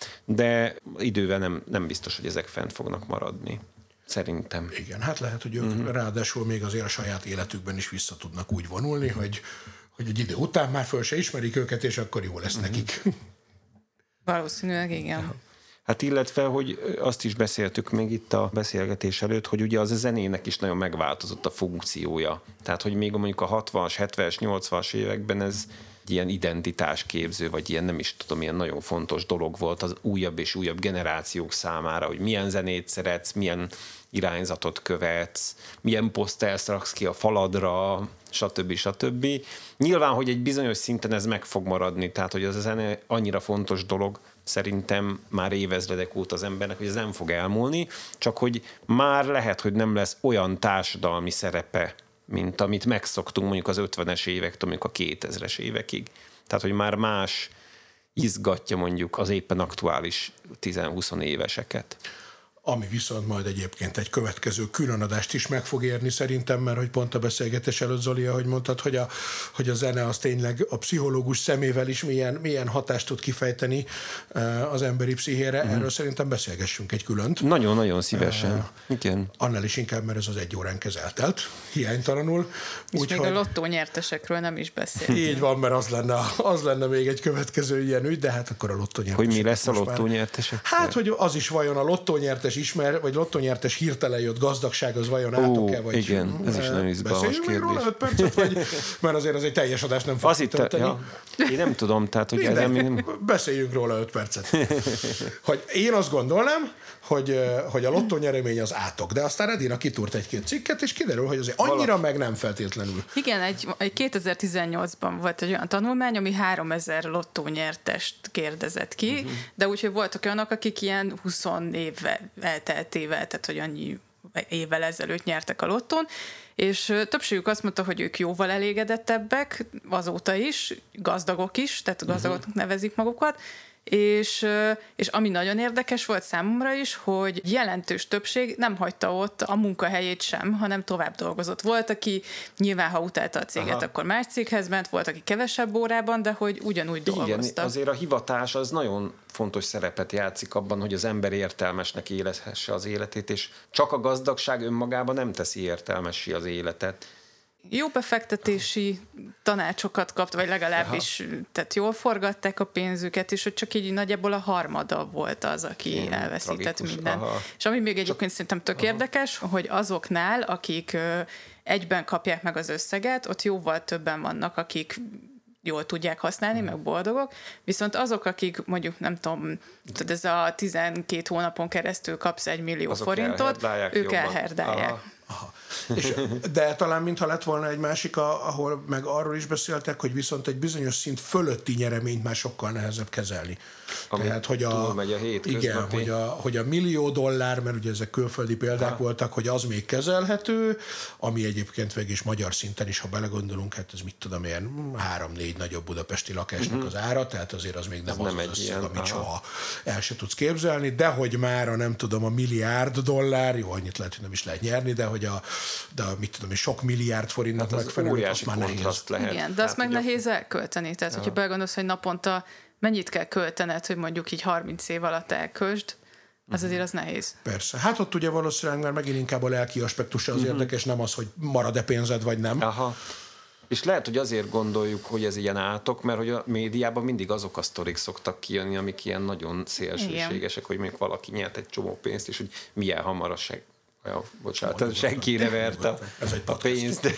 de idővel nem, nem biztos, hogy ezek fent fognak maradni. Szerintem. Igen, hát lehet, hogy ők uh-huh. ráadásul még azért a saját életükben is vissza tudnak úgy vonulni, hogy, hogy egy idő után már föl se ismerik őket, és akkor jó lesz uh-huh. nekik. Valószínűleg igen. Hát illetve, hogy azt is beszéltük még itt a beszélgetés előtt, hogy ugye az a zenének is nagyon megváltozott a funkciója. Tehát, hogy még mondjuk a hatvanas, hetvenes, nyolcvanas években ez ilyen identitásképző, vagy ilyen nem is tudom, ilyen nagyon fontos dolog volt az újabb és újabb generációk számára, hogy milyen zenét szeretsz, milyen irányzatot követsz, milyen posztert raksz ki a faladra, stb. stb. Nyilván, hogy egy bizonyos szinten ez meg fog maradni, tehát, hogy az a zene annyira fontos dolog, szerintem már évezredek óta az embernek, hogy ez nem fog elmúlni, csak hogy már lehet, hogy nem lesz olyan társadalmi szerepe, mint amit megszoktunk mondjuk az ötvenes évektől, mondjuk a kétezres évekig. Tehát, hogy már más izgatja mondjuk az éppen aktuális tíz-húsz éveseket. Ami viszont majd egyébként egy következő különadást is meg fog érni szerintem, mert hogy pont a beszélgetés előtt, Zoli, ahogy mondtad, hogy a, hogy a zene az tényleg a pszichológus szemével is milyen, milyen hatást tud kifejteni az emberi pszichére. Mm. Erről szerintem beszélgessünk egy különt. Nagyon-nagyon szívesen. Uh, Igen. Annál is inkább, mert ez az egy óránk eltelt, hiánytalanul. És úgy, még hogy... a lottó nyertesekről nem is beszéltünk. Így van, mert az lenne, az lenne még egy következő ilyen ügy, de hát akkor a lottó nyertesek. Hogy mi lesz a lottó nyertesek? Hát, hogy az is vajon a lottó nyertes ismer, vagy lottonyertes hirtelen jött gazdagság, az vajon átok-e, vagy... Igen, ez is nagyon izgalmas kérdés. Róla öt percet, vagy, mert azért az egy teljes adást nem fog kitölteni. Ja, én nem tudom, tehát, hogy... Minden, nem... Beszéljünk róla öt percet. Hogy én azt gondolnám, hogy, hogy a lottó-nyeremény az átok, de aztán Edina kitúrt egy-két cikket, és kiderül, hogy azért annyira Valaki. meg nem feltétlenül. Igen, egy, egy kétezer-tizennyolcban volt egy olyan tanulmány, ami háromezer lottó-nyertest kérdezett ki, uh-huh. de úgyhogy voltak olyanok, akik ilyen húsz évvel elteltével, tehát hogy annyi évvel ezelőtt nyertek a lottón, és többségük azt mondta, hogy ők jóval elégedettebbek, azóta is, gazdagok is, tehát gazdagoknak uh-huh. nevezik magukat, És, és ami nagyon érdekes volt számomra is, hogy jelentős többség nem hagyta ott a munkahelyét sem, hanem tovább dolgozott. Volt, aki nyilván, ha utálta a céget, Aha. akkor más céghez ment, volt, aki kevesebb órában, de hogy ugyanúgy dolgoztak. Igen, azért a hivatás az nagyon fontos szerepet játszik abban, hogy az ember értelmesnek élethesse az életét, és csak a gazdagság önmagában nem teszi értelmessé az életet. Jó befektetési tanácsokat kapt, vagy legalábbis Aha. tehát jól forgatták a pénzüket, és hogy csak így nagyjából a harmada volt az, aki Én, elveszített mindent. És ami még egyébként csak... szerintem tök Aha. érdekes, hogy azoknál, akik ö, egyben kapják meg az összeget, ott jóval többen vannak, akik jól tudják használni, hmm. meg boldogok, viszont azok, akik mondjuk, nem tudom, tudod, ez a tizenkét hónapon keresztül kapsz egy millió azok forintot, ők elherdálják. Aha. Aha. És, de talán mintha lett volna egy másik, ahol meg arról is beszéltek, hogy viszont egy bizonyos szint fölötti nyereményt már sokkal nehezebb kezelni. Ami Tehát, hogy a, a igen, hogy a, hogy a millió dollár, mert ugye ezek külföldi példák ha. voltak, hogy az még kezelhető, ami egyébként végig is magyar szinten is, ha belegondolunk, hát ez mit tudom én, három-négy nagyobb budapesti lakásnak uh-huh. az ára, tehát azért az még nem az, nem az, az összeg, amit aha. soha el se tudsz képzelni, de hogy már a nem tudom, a milliárd dollár, jó, annyit lehet, hogy nem is lehet nyerni, de hogy a, de a mit tudom, sok milliárd forintnak hát megfelelő, azt már nehéz. Lehet. Igen, de azt hát, meg ugye... nehéz elkölteni. Tehát, ja. hogyha belegondolsz, hogy naponta mennyit kell költened, hogy mondjuk így harminc év alatt elköltsd, az azért az nehéz. Persze. Hát ott ugye valószínűleg már megint inkább a lelki aspektusa az uh-huh. érdekes, nem az, hogy marad-e pénzed, vagy nem. Aha. És lehet, hogy azért gondoljuk, hogy ez ilyen átok, mert hogy a médiában mindig azok a sztorik szoktak kijönni, amik ilyen nagyon szélsőségesek, hogy még valaki nyert egy csomó pénzt, és hogy milyen hamar a seg... Ja, bocsánat, senkire verte a, a pénzt.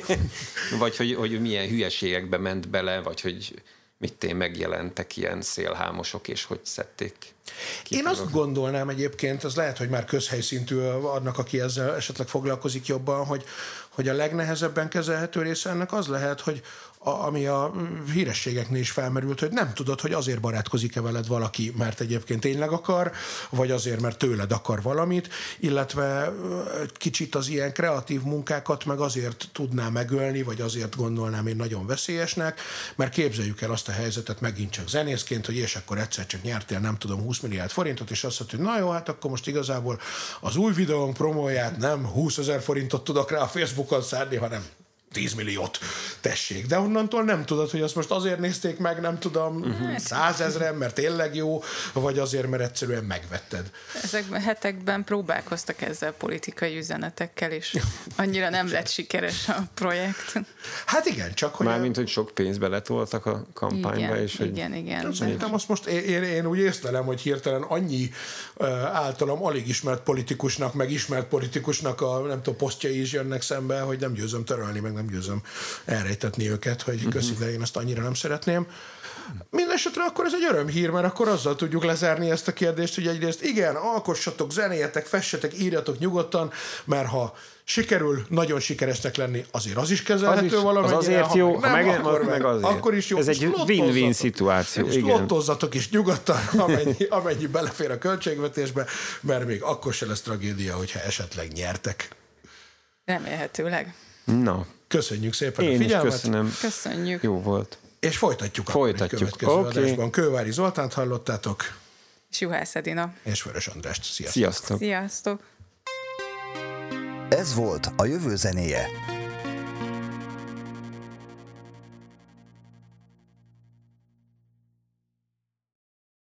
Vagy hogy, hogy milyen hülyeségekbe ment bele, vagy hogy mit én megjelentek ilyen szélhámosok, és hogy szedték ki. Én azt gondolnám egyébként, az lehet, hogy már közhelyszintű annak, aki ezzel esetleg foglalkozik jobban, hogy, hogy a legnehezebben kezelhető része ennek az lehet, hogy ami a hírességeknél is felmerült, hogy nem tudod, hogy azért barátkozik-e veled valaki, mert egyébként tényleg akar, vagy azért, mert tőled akar valamit, illetve kicsit az ilyen kreatív munkákat meg azért tudná megölni, vagy azért gondolnám én nagyon veszélyesnek, mert képzeljük el azt a helyzetet megint csak zenészként, hogy és akkor egyszer csak nyertél, nem tudom, húsz milliárd forintot, és azt mondta, hogy na jó, hát akkor most igazából az új videónk promóját nem húszezer forintot tudok rá a Facebookon szárni, hanem tíz milliót, tessék. De onnantól nem tudod, hogy azt most azért nézték meg, nem tudom, uh-huh. százezren, mert tényleg jó, vagy azért, mert egyszerűen megvetted. Ezekben hetekben próbálkoztak ezzel politikai üzenetekkel, és annyira nem lett sikeres a projekt. Hát igen, csak hogy... Mármint, hogy sok pénzbe letoltak a kampányba. Igen, és igen, hogy... igen. Szerintem azt most én, én, én úgy észlelem, hogy hirtelen annyi uh, általam alig ismert politikusnak, meg ismert politikusnak a, nem tudom, posztjai is jönnek szembe, hogy nem győzöm törölni, meg nem győzöm elrejtetni őket, hogy köszi, de én ezt annyira nem szeretném. Mindenesetre akkor ez egy örömhír, mert akkor azzal tudjuk lezárni ezt a kérdést, hogy egyrészt igen, alkossatok, zenéjetek, fessetek, írjatok nyugodtan, mert ha sikerül nagyon sikeresnek lenni, azért az is kezelhető az is, valamennyire. Az azért jó, ha meg, nem, meg, akkor, meg azért. akkor is jó. Ez egy win-win szituáció. És igen. lottozzatok is nyugodtan, amennyi, amennyi belefér a költségvetésbe, mert még akkor se lesz tragédia, hogyha esetleg nyertek. Remélhetőleg. Na. Köszönjük szépen Én a figyelmet. Is köszönöm. Köszönjük. Jó volt. És folytatjuk, folytatjuk. a következő Okay. adásban. Kővári Zoltánt hallottátok. És Juhász Edina. És Vörös Andrást. Sziasztok. Sziasztok. Sziasztok. Ez volt a jövő zenéje.